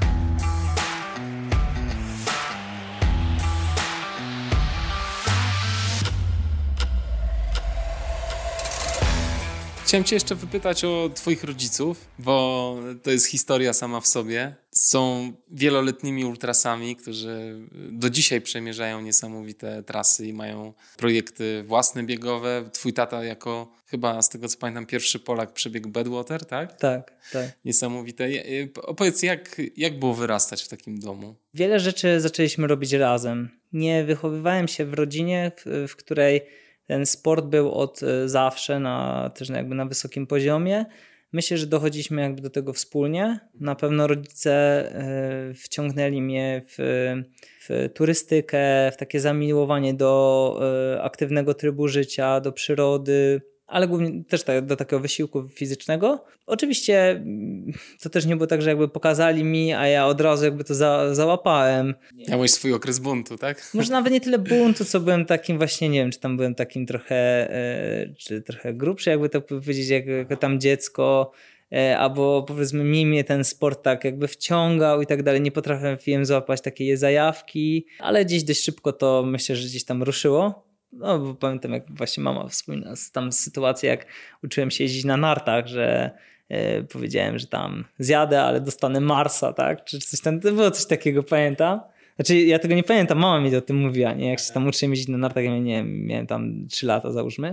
Chciałem cię jeszcze wypytać o twoich rodziców, bo to jest historia sama w sobie. Są wieloletnimi ultrasami, którzy do dzisiaj przemierzają niesamowite trasy i mają projekty własne biegowe. Twój tata jako chyba, z tego co pamiętam, pierwszy Polak przebiegł Badwater, tak? Tak. Niesamowite. Opowiedz, jak było wyrastać w takim domu? Wiele rzeczy zaczęliśmy robić razem. Nie wychowywałem się w rodzinie, w której ten sport był od zawsze też jakby na wysokim poziomie. Myślę, że dochodziliśmy jakby do tego wspólnie. Na pewno rodzice wciągnęli mnie w turystykę, w takie zamiłowanie do aktywnego trybu życia, do przyrody, ale głównie też do takiego wysiłku fizycznego. Oczywiście to też nie było tak, że jakby pokazali mi, a ja od razu jakby to załapałem. Miałeś swój okres buntu, tak? Może nawet nie tyle buntu, co byłem takim właśnie, nie wiem, czy tam byłem takim trochę, czy trochę grubszy, jakby to powiedzieć, jako tam dziecko, albo powiedzmy mnie ten sport tak jakby wciągał i tak dalej. Nie potrafiłem złapać takiej zajawki, ale gdzieś dość szybko to myślę, że gdzieś tam ruszyło. No, bo pamiętam, jak właśnie mama wspomina tam sytuację, jak uczyłem się jeździć na nartach, że powiedziałem, że tam zjadę, ale dostanę Marsa, tak? Czy coś tam, to było coś takiego, pamiętam. Znaczy, ja tego nie pamiętam, mama mi o tym mówiła, nie? Jak się tam uczyłem jeździć na nartach, ja nie wiem, miałem tam 3 lata, załóżmy,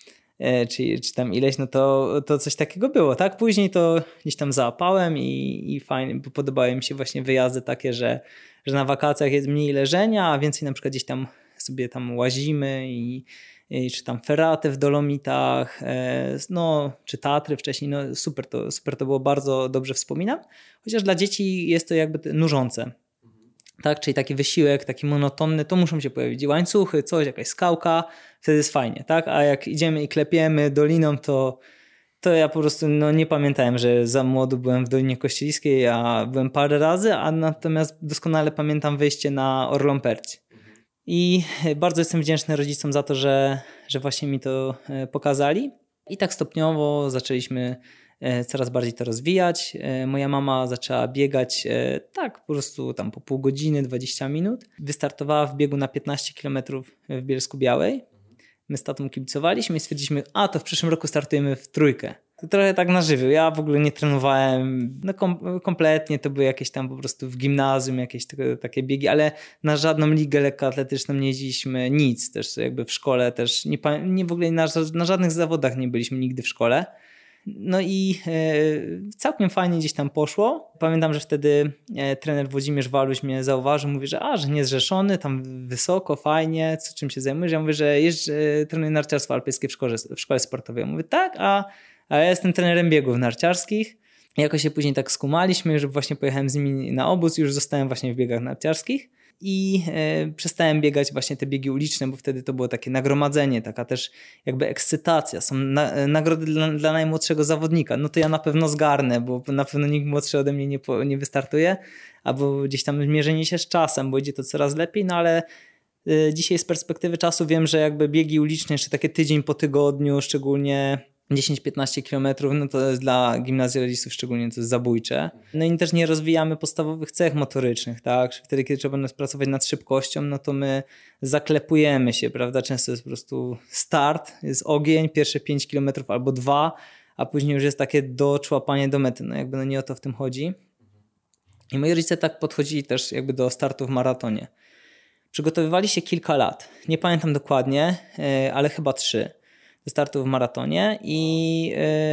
czy tam ileś, no to coś takiego było, tak? Później to gdzieś tam załapałem i fajnie, bo podobały mi się właśnie wyjazdy takie, że na wakacjach jest mniej leżenia, a więcej na przykład gdzieś tam sobie tam łazimy czy tam Ferraty w Dolomitach, no, czy Tatry wcześniej, no super to było, bardzo dobrze wspominam, chociaż dla dzieci jest to jakby nużące, tak, czyli taki wysiłek, taki monotonny, to muszą się pojawić łańcuchy, coś, jakaś skałka, wtedy jest fajnie, tak, a jak idziemy i klepiemy doliną, to ja po prostu nie pamiętałem, że za młodu byłem w Dolinie Kościeliskiej, a byłem parę razy, a natomiast doskonale pamiętam wyjście na Orląperci. I bardzo jestem wdzięczny rodzicom za to, że właśnie mi to pokazali. I tak stopniowo zaczęliśmy coraz bardziej to rozwijać. Moja mama zaczęła biegać tak po prostu tam po pół godziny, 20 minut. Wystartowała w biegu na 15 km w Bielsku-Białej. My z tatą kibicowaliśmy i stwierdziliśmy, to w przyszłym roku startujemy w trójkę. To trochę tak na żywioł. Ja w ogóle nie trenowałem, kompletnie, to były jakieś tam po prostu w gimnazjum jakieś takie biegi, ale na żadną ligę lekkoatletyczną nie jeździliśmy, nic też jakby w szkole też, nie w ogóle na żadnych zawodach nie byliśmy nigdy w szkole. No i całkiem fajnie gdzieś tam poszło. Pamiętam, że wtedy trener Włodzimierz Waluś mnie zauważył, mówi, że niezrzeszony, tam wysoko, fajnie, czym się zajmujesz? Ja mówię, że trenuję narciarstwo alpejskie w szkole sportowej. Ja mówię, tak, a ja jestem trenerem biegów narciarskich. Jakoś się później tak skumaliśmy, że właśnie pojechałem z nimi na obóz i już zostałem właśnie w biegach narciarskich. I przestałem biegać właśnie te biegi uliczne, bo wtedy to było takie nagromadzenie, taka też jakby ekscytacja. Są nagrody dla najmłodszego zawodnika. No to ja na pewno zgarnę, bo na pewno nikt młodszy ode mnie nie wystartuje, albo gdzieś tam mierzenie się z czasem, bo idzie to coraz lepiej, no ale dzisiaj z perspektywy czasu wiem, że jakby biegi uliczne, jeszcze takie tydzień po tygodniu, szczególnie 10-15 km, no to jest dla gimnazjalistów szczególnie to jest zabójcze. No i też nie rozwijamy podstawowych cech motorycznych, tak? Wtedy, kiedy trzeba pracować nad szybkością, no to my zaklepujemy się, prawda? Często jest po prostu start, jest ogień, pierwsze 5 km albo 2, a później już jest takie doczłapanie do mety. No jakby nie o to w tym chodzi. I moi rodzice tak podchodzili też jakby do startu w maratonie. Przygotowywali się kilka lat. Nie pamiętam dokładnie, ale chyba 3. Do startu w maratonie i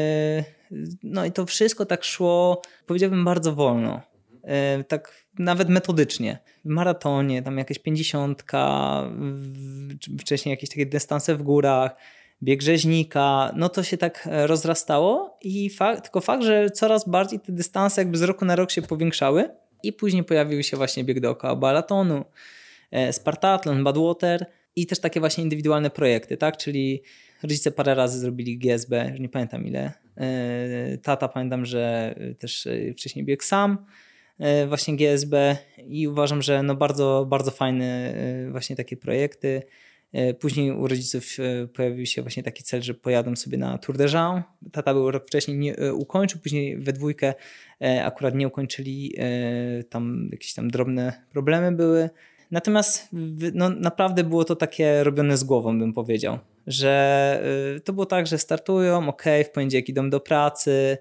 to wszystko tak szło, powiedziałbym, bardzo wolno. Tak nawet metodycznie. W maratonie, tam jakaś 50, wcześniej jakieś takie dystanse w górach, bieg rzeźnika, no to się tak rozrastało i tylko fakt, że coraz bardziej te dystanse jakby z roku na rok się powiększały i później pojawił się właśnie bieg dookoła balatonu, Spartathlon, Badwater i też takie właśnie indywidualne projekty, tak? Czyli rodzice parę razy zrobili GSB, już nie pamiętam ile, Tata pamiętam, że też wcześniej biegł sam, właśnie GSB i uważam, że no bardzo, bardzo fajne właśnie takie projekty. Później u rodziców pojawił się właśnie taki cel, że pojadą sobie na Tour de Jean. Tata był rok wcześniej, nie ukończył, później we dwójkę akurat nie ukończyli, tam jakieś tam drobne problemy były. Natomiast no, naprawdę było to takie robione z głową, bym powiedział, że to było tak, że startują, w poniedziałek idą do pracy.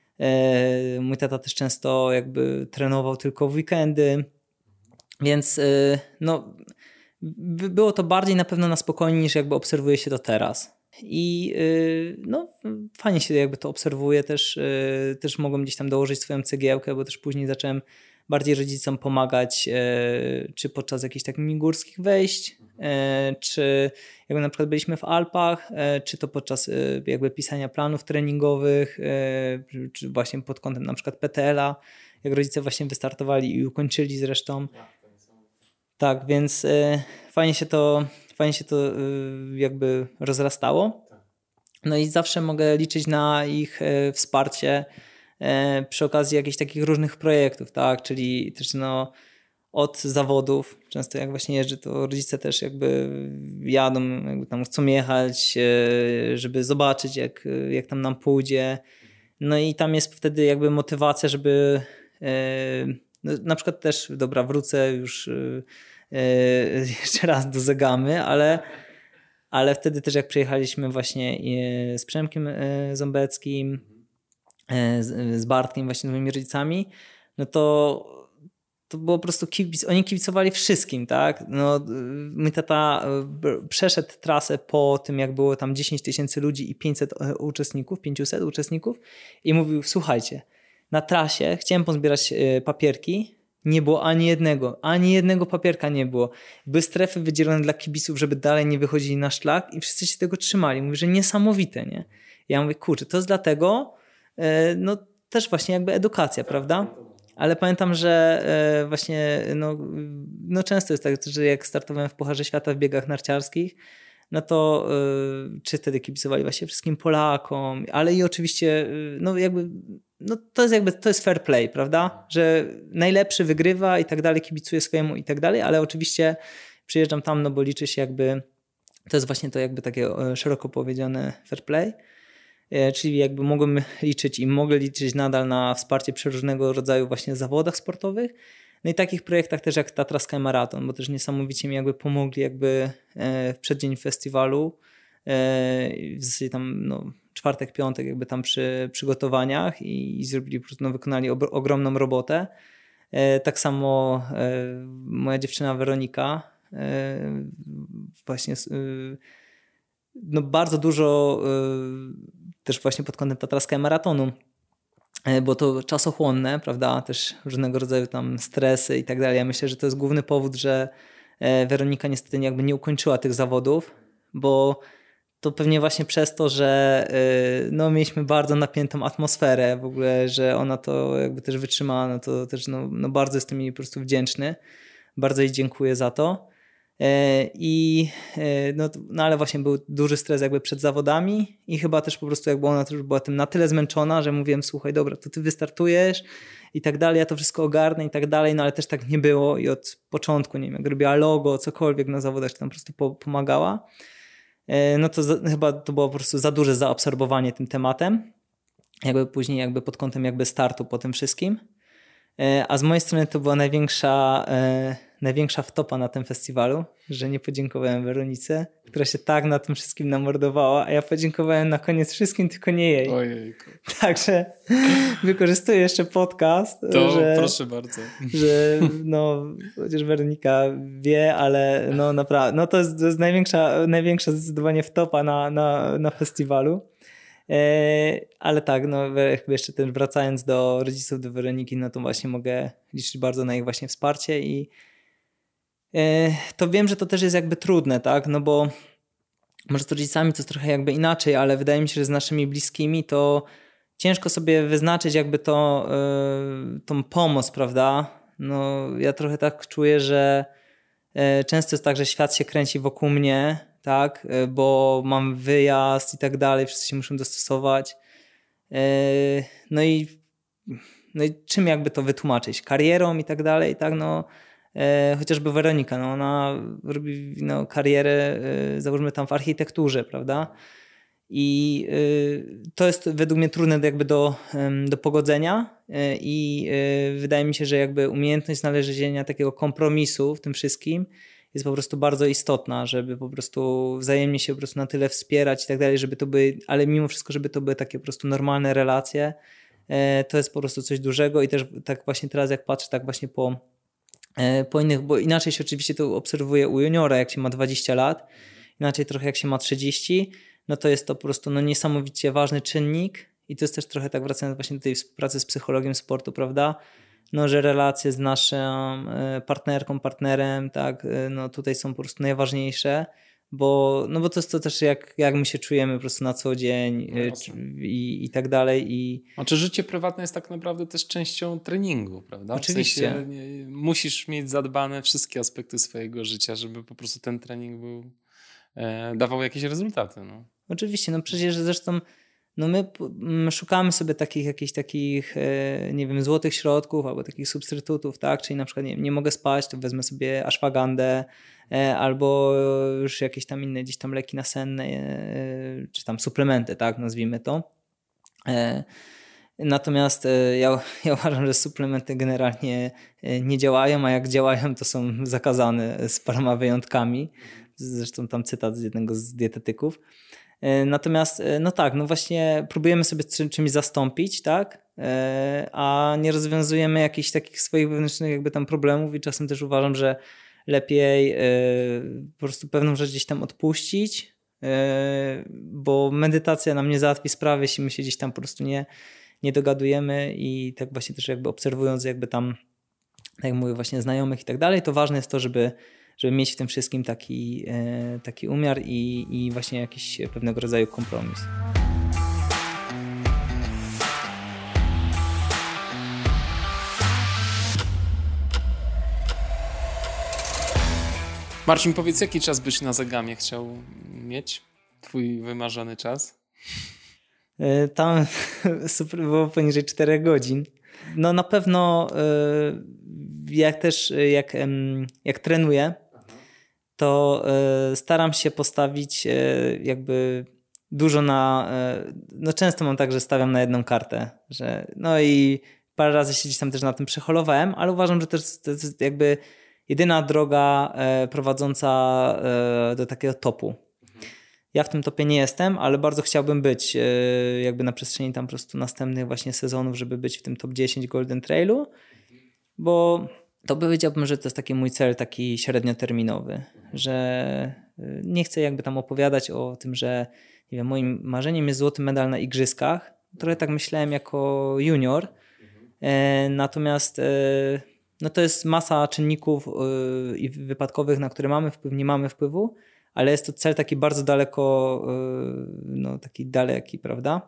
Mój tata też często jakby trenował tylko w weekendy, więc no było to bardziej na pewno na spokojnie niż jakby obserwuje się to teraz. I no fajnie się jakby to obserwuje, też mogłem gdzieś tam dołożyć swoją cegiełkę, bo też później zacząłem bardziej rodzicom pomagać, czy podczas jakichś takich minigórskich wejść, czy jakby na przykład byliśmy w Alpach, czy to podczas jakby pisania planów treningowych, czy właśnie pod kątem na przykład PTL-a, jak rodzice właśnie wystartowali i ukończyli zresztą. Tak, więc fajnie się to jakby rozrastało. No i zawsze mogę liczyć na ich wsparcie przy okazji jakichś takich różnych projektów, tak, czyli też no od zawodów, często jak właśnie jeżdżę, to rodzice też jakby jadą, jakby tam chcą jechać, żeby zobaczyć jak tam nam pójdzie. No i tam jest wtedy jakby motywacja, żeby no, na przykład też, dobra, wrócę już jeszcze raz do Zegamy, ale wtedy też jak przyjechaliśmy właśnie z Przemkiem Ząbeckim, z Bartkiem, właśnie z moimi rodzicami, no to było po prostu oni kibicowali wszystkim, tak? No, mój tata przeszedł trasę po tym, jak było tam 10 000 ludzi i 500 uczestników i mówił, słuchajcie, na trasie chciałem pozbierać papierki, nie było ani jednego papierka nie było. Były strefy wydzielone dla kibiców, żeby dalej nie wychodzili na szlak i wszyscy się tego trzymali. Mówi, że niesamowite, nie? Ja mówię, kurczę, to jest dlatego, no też właśnie jakby edukacja, prawda? Ale pamiętam, że właśnie no często jest tak, że jak startowałem w Pucharze Świata w biegach narciarskich, no to czy wtedy kibicowali właśnie wszystkim Polakom, ale i oczywiście no jakby no to jest fair play, prawda? Że najlepszy wygrywa i tak dalej, kibicuje swojemu i tak dalej, ale oczywiście przyjeżdżam tam, no bo liczy się jakby, to jest właśnie to jakby takie szeroko powiedziane fair play, czyli jakby mogłem liczyć i mogę liczyć nadal na wsparcie przy różnego rodzaju właśnie zawodach sportowych. No i takich projektach też jak Tatra Sky Marathon, bo też niesamowicie mi jakby pomogli jakby w przeddzień festiwalu, w zasadzie tam no, czwartek, piątek jakby tam przy przygotowaniach i zrobili, po prostu no, wykonali ogromną robotę. Tak samo moja dziewczyna Weronika właśnie no bardzo dużo też właśnie pod kątem Tatra Sky Maratonu, bo to czasochłonne, prawda, też różnego rodzaju tam stresy i tak dalej. Ja myślę, że to jest główny powód, że Weronika niestety jakby nie ukończyła tych zawodów, bo to pewnie właśnie przez to, że no, mieliśmy bardzo napiętą atmosferę w ogóle, że ona to jakby też wytrzymała, no to też no bardzo jestem jej po prostu wdzięczny. Bardzo jej dziękuję za to. No ale właśnie był duży stres jakby przed zawodami i chyba też po prostu jakby ona też była tym na tyle zmęczona, że mówiłem, słuchaj, dobra, to ty wystartujesz i tak dalej, ja to wszystko ogarnę i tak dalej, no ale też tak nie było i od początku, nie wiem, jak robiła logo, cokolwiek na zawodach, to tam po prostu pomagała. No to chyba to było po prostu za duże zaabsorbowanie tym tematem, jakby później jakby pod kątem jakby startu po tym wszystkim. A z mojej strony to była największa wtopa na tym festiwalu, że nie podziękowałem Weronice, która się tak na tym wszystkim namordowała, a ja podziękowałem na koniec wszystkim, tylko nie jej. Ojejku. Także wykorzystuję jeszcze podcast. Proszę bardzo. Że no, chociaż Weronika wie, ale no naprawdę, no to jest największa zdecydowanie wtopa na festiwalu. Ale tak, no jakby jeszcze ten wracając do rodziców, do Weroniki, no to właśnie mogę liczyć bardzo na ich właśnie wsparcie i to wiem, że to też jest jakby trudne, tak, no bo może z rodzicami to jest trochę jakby inaczej, ale wydaje mi się, że z naszymi bliskimi to ciężko sobie wyznaczyć jakby tą pomoc, prawda, no ja trochę tak czuję, że często jest tak, że świat się kręci wokół mnie, tak, bo mam wyjazd i tak dalej, wszyscy się muszą dostosować. No i czym jakby to wytłumaczyć? Karierą i tak dalej, tak? No, chociażby Weronika, no ona robi karierę, załóżmy tam w architekturze, prawda? I to jest według mnie trudne jakby do pogodzenia i wydaje mi się, że jakby umiejętność znalezienia takiego kompromisu w tym wszystkim jest po prostu bardzo istotna, żeby po prostu wzajemnie się po prostu na tyle wspierać i tak dalej, żeby to były, ale mimo wszystko, żeby to były takie po prostu normalne relacje. To jest po prostu coś dużego i też tak właśnie teraz jak patrzę tak właśnie po innych, bo inaczej się oczywiście to obserwuje u juniora, jak się ma 20 lat, inaczej trochę jak się ma 30, no to jest to po prostu niesamowicie ważny czynnik i to jest też trochę tak wracając właśnie do tej pracy z psychologiem sportu, prawda? No, że relacje z naszą partnerką, partnerem, tak, no tutaj są po prostu najważniejsze, bo to jest to też jak my się czujemy po prostu na co dzień i tak dalej. Znaczy życie prywatne jest tak naprawdę też częścią treningu, prawda? Oczywiście. W sensie musisz mieć zadbane wszystkie aspekty swojego życia, żeby po prostu ten trening dawał jakieś rezultaty. No. Oczywiście, no przecież zresztą my szukamy sobie jakichś takich, nie wiem, złotych środków albo takich substytutów, tak? Czyli na przykład nie mogę spać, to wezmę sobie ashwagandę albo już jakieś tam inne gdzieś tam leki nasenne czy tam suplementy, tak? Nazwijmy to. Natomiast ja uważam, że suplementy generalnie nie działają, a jak działają, to są zakazane z paroma wyjątkami. Zresztą tam cytat z jednego z dietetyków. Natomiast właśnie próbujemy sobie czymś zastąpić, tak? A nie rozwiązujemy jakichś takich swoich wewnętrznych jakby tam problemów i czasem też uważam, że lepiej po prostu pewną rzecz gdzieś tam odpuścić, bo medytacja nam nie załatwi sprawy, jeśli my się gdzieś tam po prostu nie dogadujemy i tak właśnie też jakby obserwując jakby tam, tak jak mówię, właśnie znajomych i tak dalej, to ważne jest to, żeby mieć w tym wszystkim taki umiar i właśnie jakiś pewnego rodzaju kompromis. Marcin, powiedz, jaki czas byś na zegamie chciał mieć? Twój wymarzony czas? Tam super było poniżej 4 godzin. No na pewno jak trenuję, to staram się postawić jakby dużo często mam tak, że stawiam na jedną kartę, i parę razy się gdzieś tam też na tym przeholowałem, ale uważam, że to jest jakby jedyna droga prowadząca do takiego topu. Ja w tym topie nie jestem, ale bardzo chciałbym być jakby na przestrzeni tam po prostu następnych właśnie sezonów, żeby być w tym top 10 Golden Trailu, bo to powiedziałbym, że to jest taki mój cel taki średnioterminowy, że nie chcę jakby tam opowiadać o tym, że nie wiem, moim marzeniem jest złoty medal na igrzyskach. Trochę tak myślałem jako junior, natomiast to jest masa czynników i wypadkowych, na które mamy wpływ, nie mamy wpływu, ale jest to cel taki bardzo daleko, taki daleki, prawda?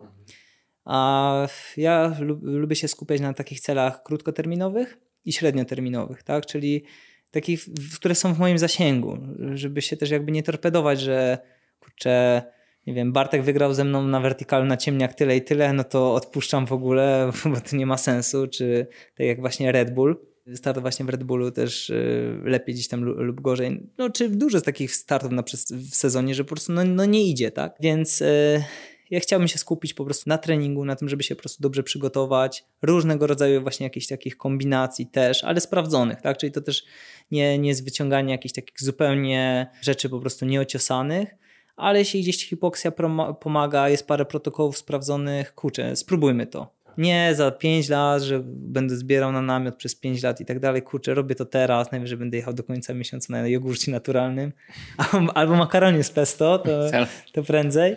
A ja lubię się skupiać na takich celach krótkoterminowych i średnioterminowych, tak? Czyli takich, które są w moim zasięgu, żeby się też jakby nie torpedować, że kurczę, nie wiem, Bartek wygrał ze mną na wertykalu na ciemniak tyle i tyle, no to odpuszczam w ogóle, bo to nie ma sensu, czy tak jak właśnie Red Bull. Start właśnie w Red Bullu też lepiej gdzieś tam lub gorzej. Czy dużo jest takich startów w sezonie, że po prostu nie idzie, tak? Więc ja chciałbym się skupić po prostu na treningu, na tym, żeby się po prostu dobrze przygotować. Różnego rodzaju właśnie jakichś takich kombinacji też, ale sprawdzonych, tak? Czyli to też nie jest wyciąganie jakichś takich zupełnie rzeczy po prostu nieociosanych, ale jeśli gdzieś hipoksia pomaga, jest parę protokołów sprawdzonych, kurczę, spróbujmy to. Nie za 5 lat, że będę zbierał na namiot przez 5 lat i tak dalej. Kurczę, robię to teraz, najwyżej będę jechał do końca miesiąca na jogurcie naturalnym albo makaronie z pesto, to prędzej.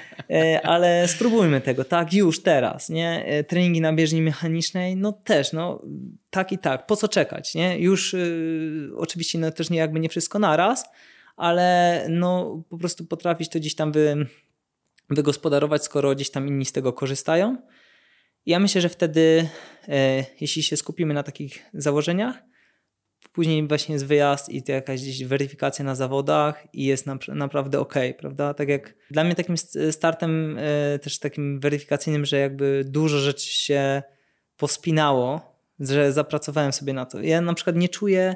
Ale spróbujmy tego, tak, już teraz, nie? Treningi na bieżni mechanicznej, też, tak i tak, po co czekać, nie? Już oczywiście też nie wszystko naraz, ale po prostu potrafić to gdzieś tam wygospodarować, skoro gdzieś tam inni z tego korzystają. Ja myślę, że wtedy, jeśli się skupimy na takich założeniach, później właśnie jest wyjazd i to jakaś gdzieś weryfikacja na zawodach i jest naprawdę okej, prawda? Tak jak dla mnie takim startem też takim weryfikacyjnym, że jakby dużo rzeczy się pospinało, że zapracowałem sobie na to. Ja na przykład nie czuję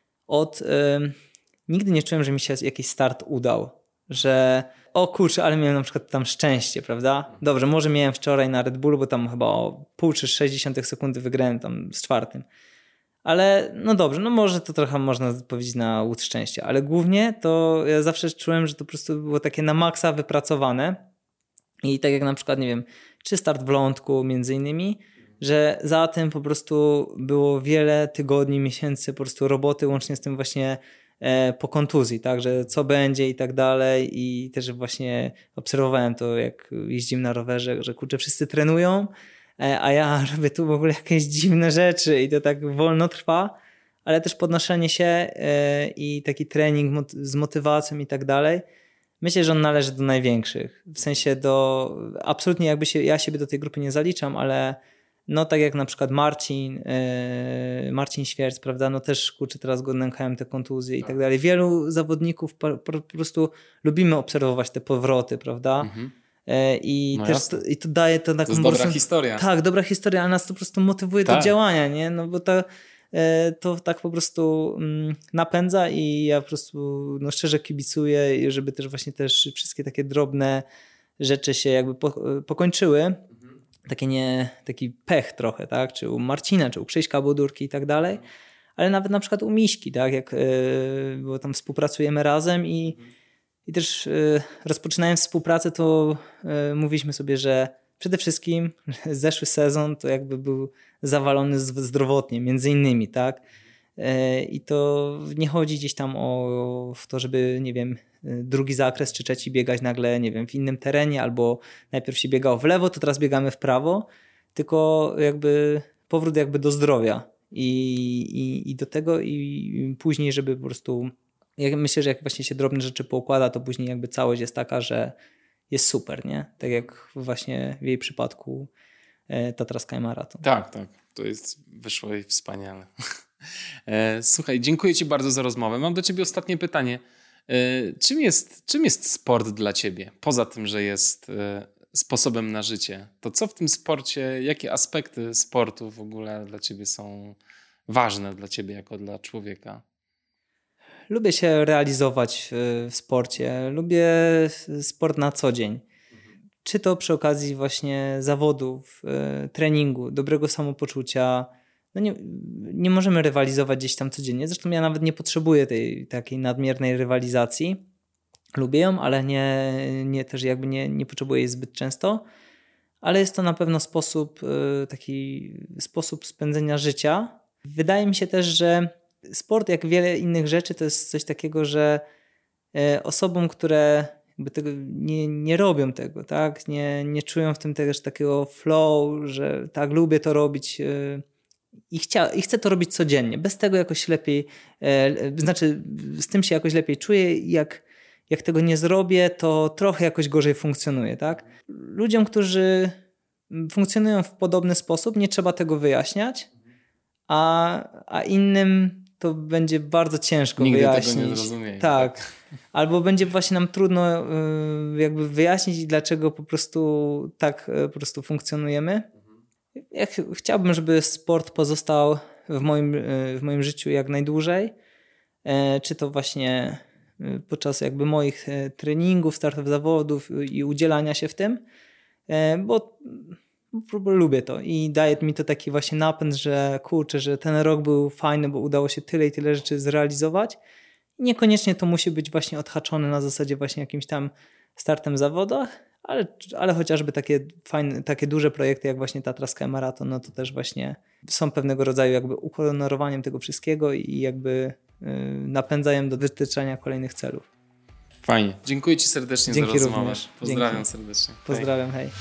nigdy nie czułem, że mi się jakiś start udał, że o kurczę, ale miałem na przykład tam szczęście, prawda? Dobrze, może miałem wczoraj na Red Bullu, bo tam chyba o 0,5 czy 0,6 sekundy wygrałem tam z 4. Ale no dobrze, no może to trochę można powiedzieć na łód szczęścia, ale głównie to ja zawsze czułem, że to po prostu było takie na maksa wypracowane i tak jak na przykład, nie wiem, czy start w lądku między innymi, że za tym po prostu było wiele tygodni, miesięcy po prostu roboty łącznie z tym właśnie po kontuzji, tak, że co będzie i tak dalej i też właśnie obserwowałem to, jak jeździmy na rowerze, że kurczę, wszyscy trenują, a ja robię tu w ogóle jakieś dziwne rzeczy i to tak wolno trwa, ale też podnoszenie się i taki trening z motywacją i tak dalej, myślę, że on należy do największych, w sensie absolutnie jakby ja siebie do tej grupy nie zaliczam, ale no tak jak na przykład Marcin Świerc, prawda, no też kurczę, teraz go nękałem te kontuzje i tak dalej. Wielu zawodników po prostu lubimy obserwować te powroty, prawda? I no też i to daje to taką... To jest dobra historia. Tak, dobra historia, ale nas to po prostu motywuje do działania, nie? No bo to tak po prostu napędza i ja po prostu no szczerze kibicuję, żeby też właśnie też wszystkie takie drobne rzeczy się jakby pokończyły. Taki pech trochę, tak? Czy u Marcina, czy u Krzyśka Bodurki i tak dalej, ale nawet na przykład u Miśki, tak? Bo tam współpracujemy razem i też rozpoczynając współpracę, to mówiliśmy sobie, że przede wszystkim zeszły sezon to jakby był zawalony zdrowotnie, między innymi, tak? I to nie chodzi gdzieś tam w to, żeby, nie wiem, drugi zakres czy trzeci biegać nagle, nie wiem, w innym terenie, albo najpierw się biegało w lewo, to teraz biegamy w prawo, tylko jakby powrót jakby do zdrowia i do tego i później, żeby po prostu, ja myślę, że jak właśnie się drobne rzeczy poukłada, to później jakby całość jest taka, że jest super, nie? Tak jak właśnie w jej przypadku Tatra Sky Marathon. Tak, to wyszło jej wspaniale. Słuchaj, dziękuję ci bardzo za rozmowę. Mam do ciebie ostatnie pytanie. Czym jest sport dla ciebie? Poza tym, że jest sposobem na życie, to co w tym sporcie, jakie aspekty sportu w ogóle dla ciebie są ważne dla ciebie jako dla człowieka? Lubię się realizować w sporcie. Lubię sport na co dzień. Czy to przy okazji właśnie zawodów, treningu, dobrego samopoczucia. No nie możemy rywalizować gdzieś tam codziennie. Zresztą ja nawet nie potrzebuję tej takiej nadmiernej rywalizacji. Lubię ją, ale nie też jakby nie potrzebuję jej zbyt często. Ale jest to na pewno taki sposób spędzenia życia. Wydaje mi się też, że sport, jak wiele innych rzeczy, to jest coś takiego, że osobom, które jakby tego nie robią tego, tak? Nie czują w tym też takiego flow, że tak, lubię to robić i chcę to robić codziennie. Bez tego jakoś lepiej, znaczy z tym się jakoś lepiej czuję. Jak tego nie zrobię, to trochę jakoś gorzej funkcjonuje, tak? Ludziom, którzy funkcjonują w podobny sposób, nie trzeba tego wyjaśniać, a innym to będzie bardzo ciężko wyjaśnić. Nigdy tego nie zrozumieją. Tak. Albo będzie właśnie nam trudno jakby wyjaśnić, dlaczego po prostu tak po prostu funkcjonujemy. Ja chciałbym, żeby sport pozostał w moim życiu jak najdłużej. Czy to właśnie podczas jakby moich treningów, startów zawodów i udzielania się w tym, bo lubię to i daje mi to taki właśnie napęd, że kurczę, że ten rok był fajny, bo udało się tyle i tyle rzeczy zrealizować. Niekoniecznie to musi być właśnie odhaczone na zasadzie właśnie jakimś tam startem w zawodach, ale chociażby takie fajne, takie duże projekty jak właśnie Tatra Sky Marathon, no to też właśnie są pewnego rodzaju jakby ukolorowaniem tego wszystkiego i jakby napędzają do wytyczania kolejnych celów. Fajnie. Dziękuję ci serdecznie za rozmowę. Również. Pozdrawiam Dzięki. serdecznie. Pozdrawiam, hej.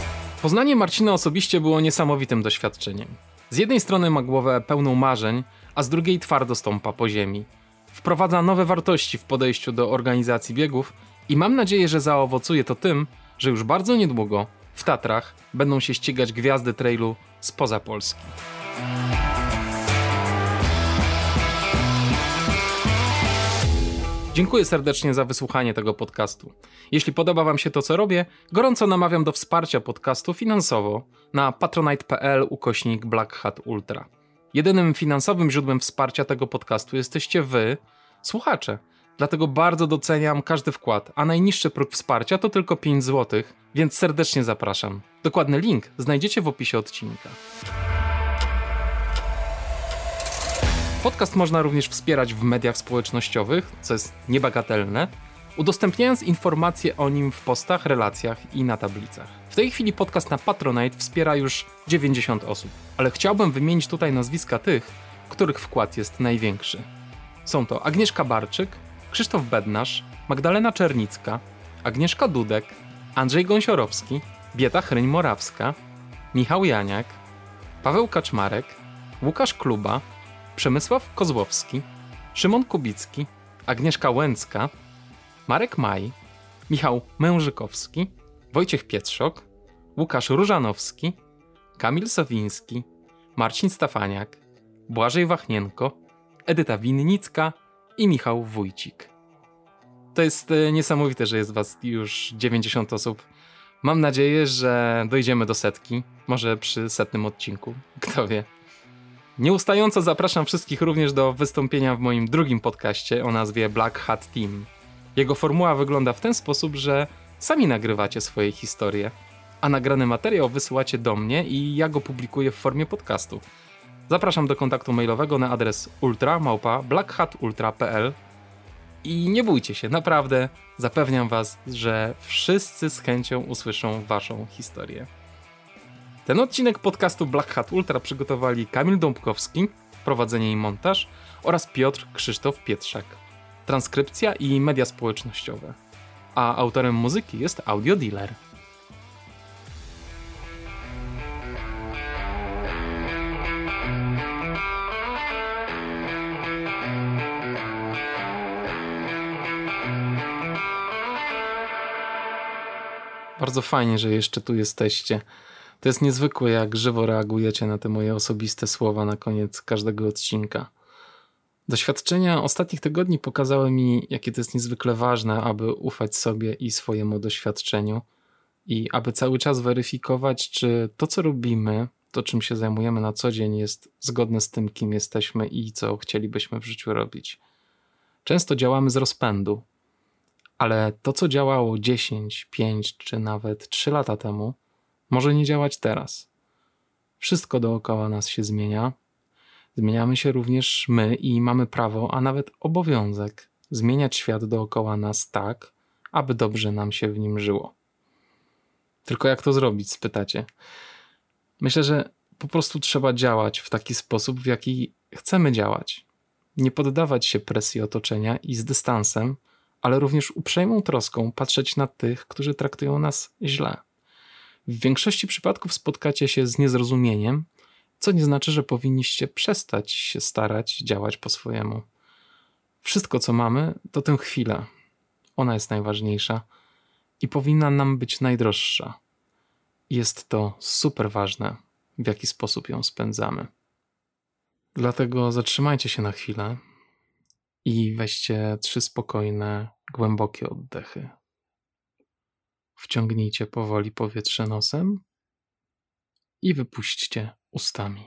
Poznanie Marcina osobiście było niesamowitym doświadczeniem. Z jednej strony ma głowę pełną marzeń, a z drugiej twardo stąpa po ziemi. Wprowadza nowe wartości w podejściu do organizacji biegów i mam nadzieję, że zaowocuje to tym, że już bardzo niedługo w Tatrach będą się ścigać gwiazdy trailu spoza Polski. Dziękuję serdecznie za wysłuchanie tego podcastu. Jeśli podoba Wam się to, co robię, gorąco namawiam do wsparcia podcastu finansowo na patronite.pl/Black Hat Ultra. Jedynym finansowym źródłem wsparcia tego podcastu jesteście Wy, słuchacze. Dlatego bardzo doceniam każdy wkład, a najniższy próg wsparcia to tylko 5 zł, więc serdecznie zapraszam. Dokładny link znajdziecie w opisie odcinka. Podcast można również wspierać w mediach społecznościowych, co jest niebagatelne, udostępniając informacje o nim w postach, relacjach i na tablicach. W tej chwili podcast na Patronite wspiera już 90 osób, ale chciałbym wymienić tutaj nazwiska tych, których wkład jest największy. Są to Agnieszka Barczyk, Krzysztof Bednarz, Magdalena Czernicka, Agnieszka Dudek, Andrzej Gąsiorowski, Bieta Chryń-Morawska, Michał Janiak, Paweł Kaczmarek, Łukasz Kluba, Przemysław Kozłowski, Szymon Kubicki, Agnieszka Łęcka, Marek Maj, Michał Mężykowski, Wojciech Pietrzok, Łukasz Różanowski, Kamil Sowiński, Marcin Stafaniak, Błażej Wachnienko, Edyta Winnicka i Michał Wójcik. To jest niesamowite, że jest was już 90 osób. Mam nadzieję, że dojdziemy do 100, może przy 100 odcinku, kto wie. Nieustająco zapraszam wszystkich również do wystąpienia w moim drugim podcaście o nazwie Black Hat Team. Jego formuła wygląda w ten sposób, że sami nagrywacie swoje historie, a nagrany materiał wysyłacie do mnie i ja go publikuję w formie podcastu. Zapraszam do kontaktu mailowego na adres ultra@blackhatultra.pl i nie bójcie się, naprawdę zapewniam was, że wszyscy z chęcią usłyszą waszą historię. Ten odcinek podcastu Black Hat Ultra przygotowali Kamil Dąbkowski, prowadzenie i montaż, oraz Piotr Krzysztof Pietrzak, transkrypcja i media społecznościowe. A autorem muzyki jest Audio Dealer. Bardzo fajnie, że jeszcze tu jesteście. To jest niezwykłe, jak żywo reagujecie na te moje osobiste słowa na koniec każdego odcinka. Doświadczenia ostatnich tygodni pokazały mi, jakie to jest niezwykle ważne, aby ufać sobie i swojemu doświadczeniu i aby cały czas weryfikować, czy to, co robimy, to, czym się zajmujemy na co dzień, jest zgodne z tym, kim jesteśmy i co chcielibyśmy w życiu robić. Często działamy z rozpędu, ale to, co działało 10, 5 czy nawet 3 lata temu, może nie działać teraz. Wszystko dookoła nas się zmienia. Zmieniamy się również my i mamy prawo, a nawet obowiązek zmieniać świat dookoła nas tak, aby dobrze nam się w nim żyło. Tylko jak to zrobić, spytacie? Myślę, że po prostu trzeba działać w taki sposób, w jaki chcemy działać. Nie poddawać się presji otoczenia i z dystansem, ale również uprzejmą troską patrzeć na tych, którzy traktują nas źle. W większości przypadków spotkacie się z niezrozumieniem, co nie znaczy, że powinniście przestać się starać działać po swojemu. Wszystko, co mamy, to tę chwilę. Ona jest najważniejsza i powinna nam być najdroższa. Jest to super ważne, w jaki sposób ją spędzamy. Dlatego zatrzymajcie się na chwilę i weźcie 3 spokojne, głębokie oddechy. Wciągnijcie powoli powietrze nosem i wypuśćcie ustami.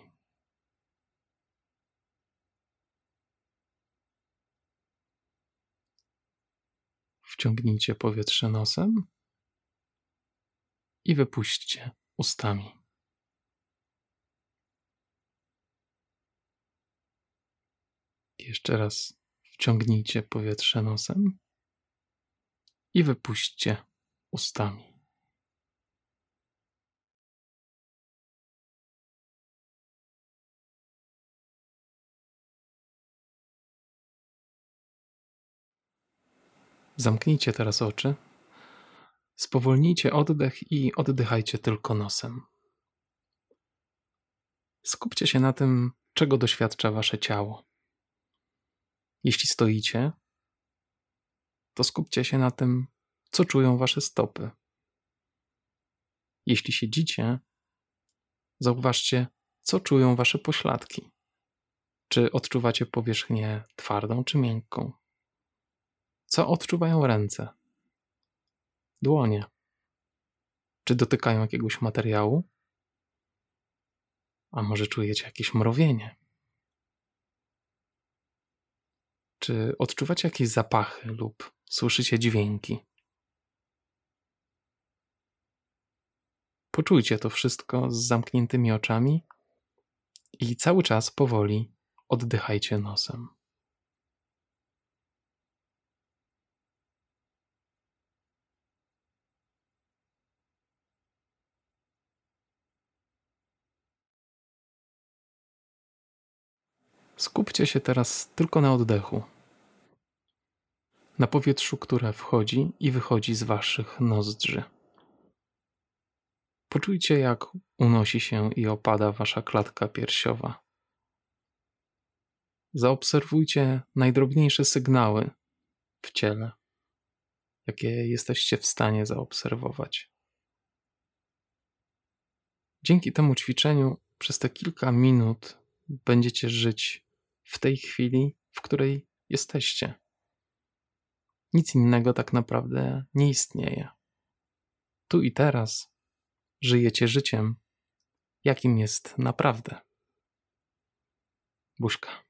Wciągnijcie powietrze nosem i wypuśćcie ustami. Jeszcze raz wciągnijcie powietrze nosem i wypuśćcie ustami. Zamknijcie teraz oczy, spowolnijcie oddech i oddychajcie tylko nosem. Skupcie się na tym, czego doświadcza wasze ciało. Jeśli stoicie, to skupcie się na tym, co czują wasze stopy. Jeśli siedzicie, zauważcie, co czują wasze pośladki. Czy odczuwacie powierzchnię twardą czy miękką? Co odczuwają ręce? Dłonie? Czy dotykają jakiegoś materiału? A może czujecie jakieś mrowienie? Czy odczuwacie jakieś zapachy lub słyszycie dźwięki? Poczujcie to wszystko z zamkniętymi oczami i cały czas powoli oddychajcie nosem. Skupcie się teraz tylko na oddechu, na powietrzu, które wchodzi i wychodzi z waszych nozdrzy. Poczujcie, jak unosi się i opada wasza klatka piersiowa. Zaobserwujcie najdrobniejsze sygnały w ciele, jakie jesteście w stanie zaobserwować. Dzięki temu ćwiczeniu przez te kilka minut będziecie żyć w tej chwili, w której jesteście. Nic innego tak naprawdę nie istnieje. Tu i teraz żyjecie życiem, jakim jest naprawdę. Buźka.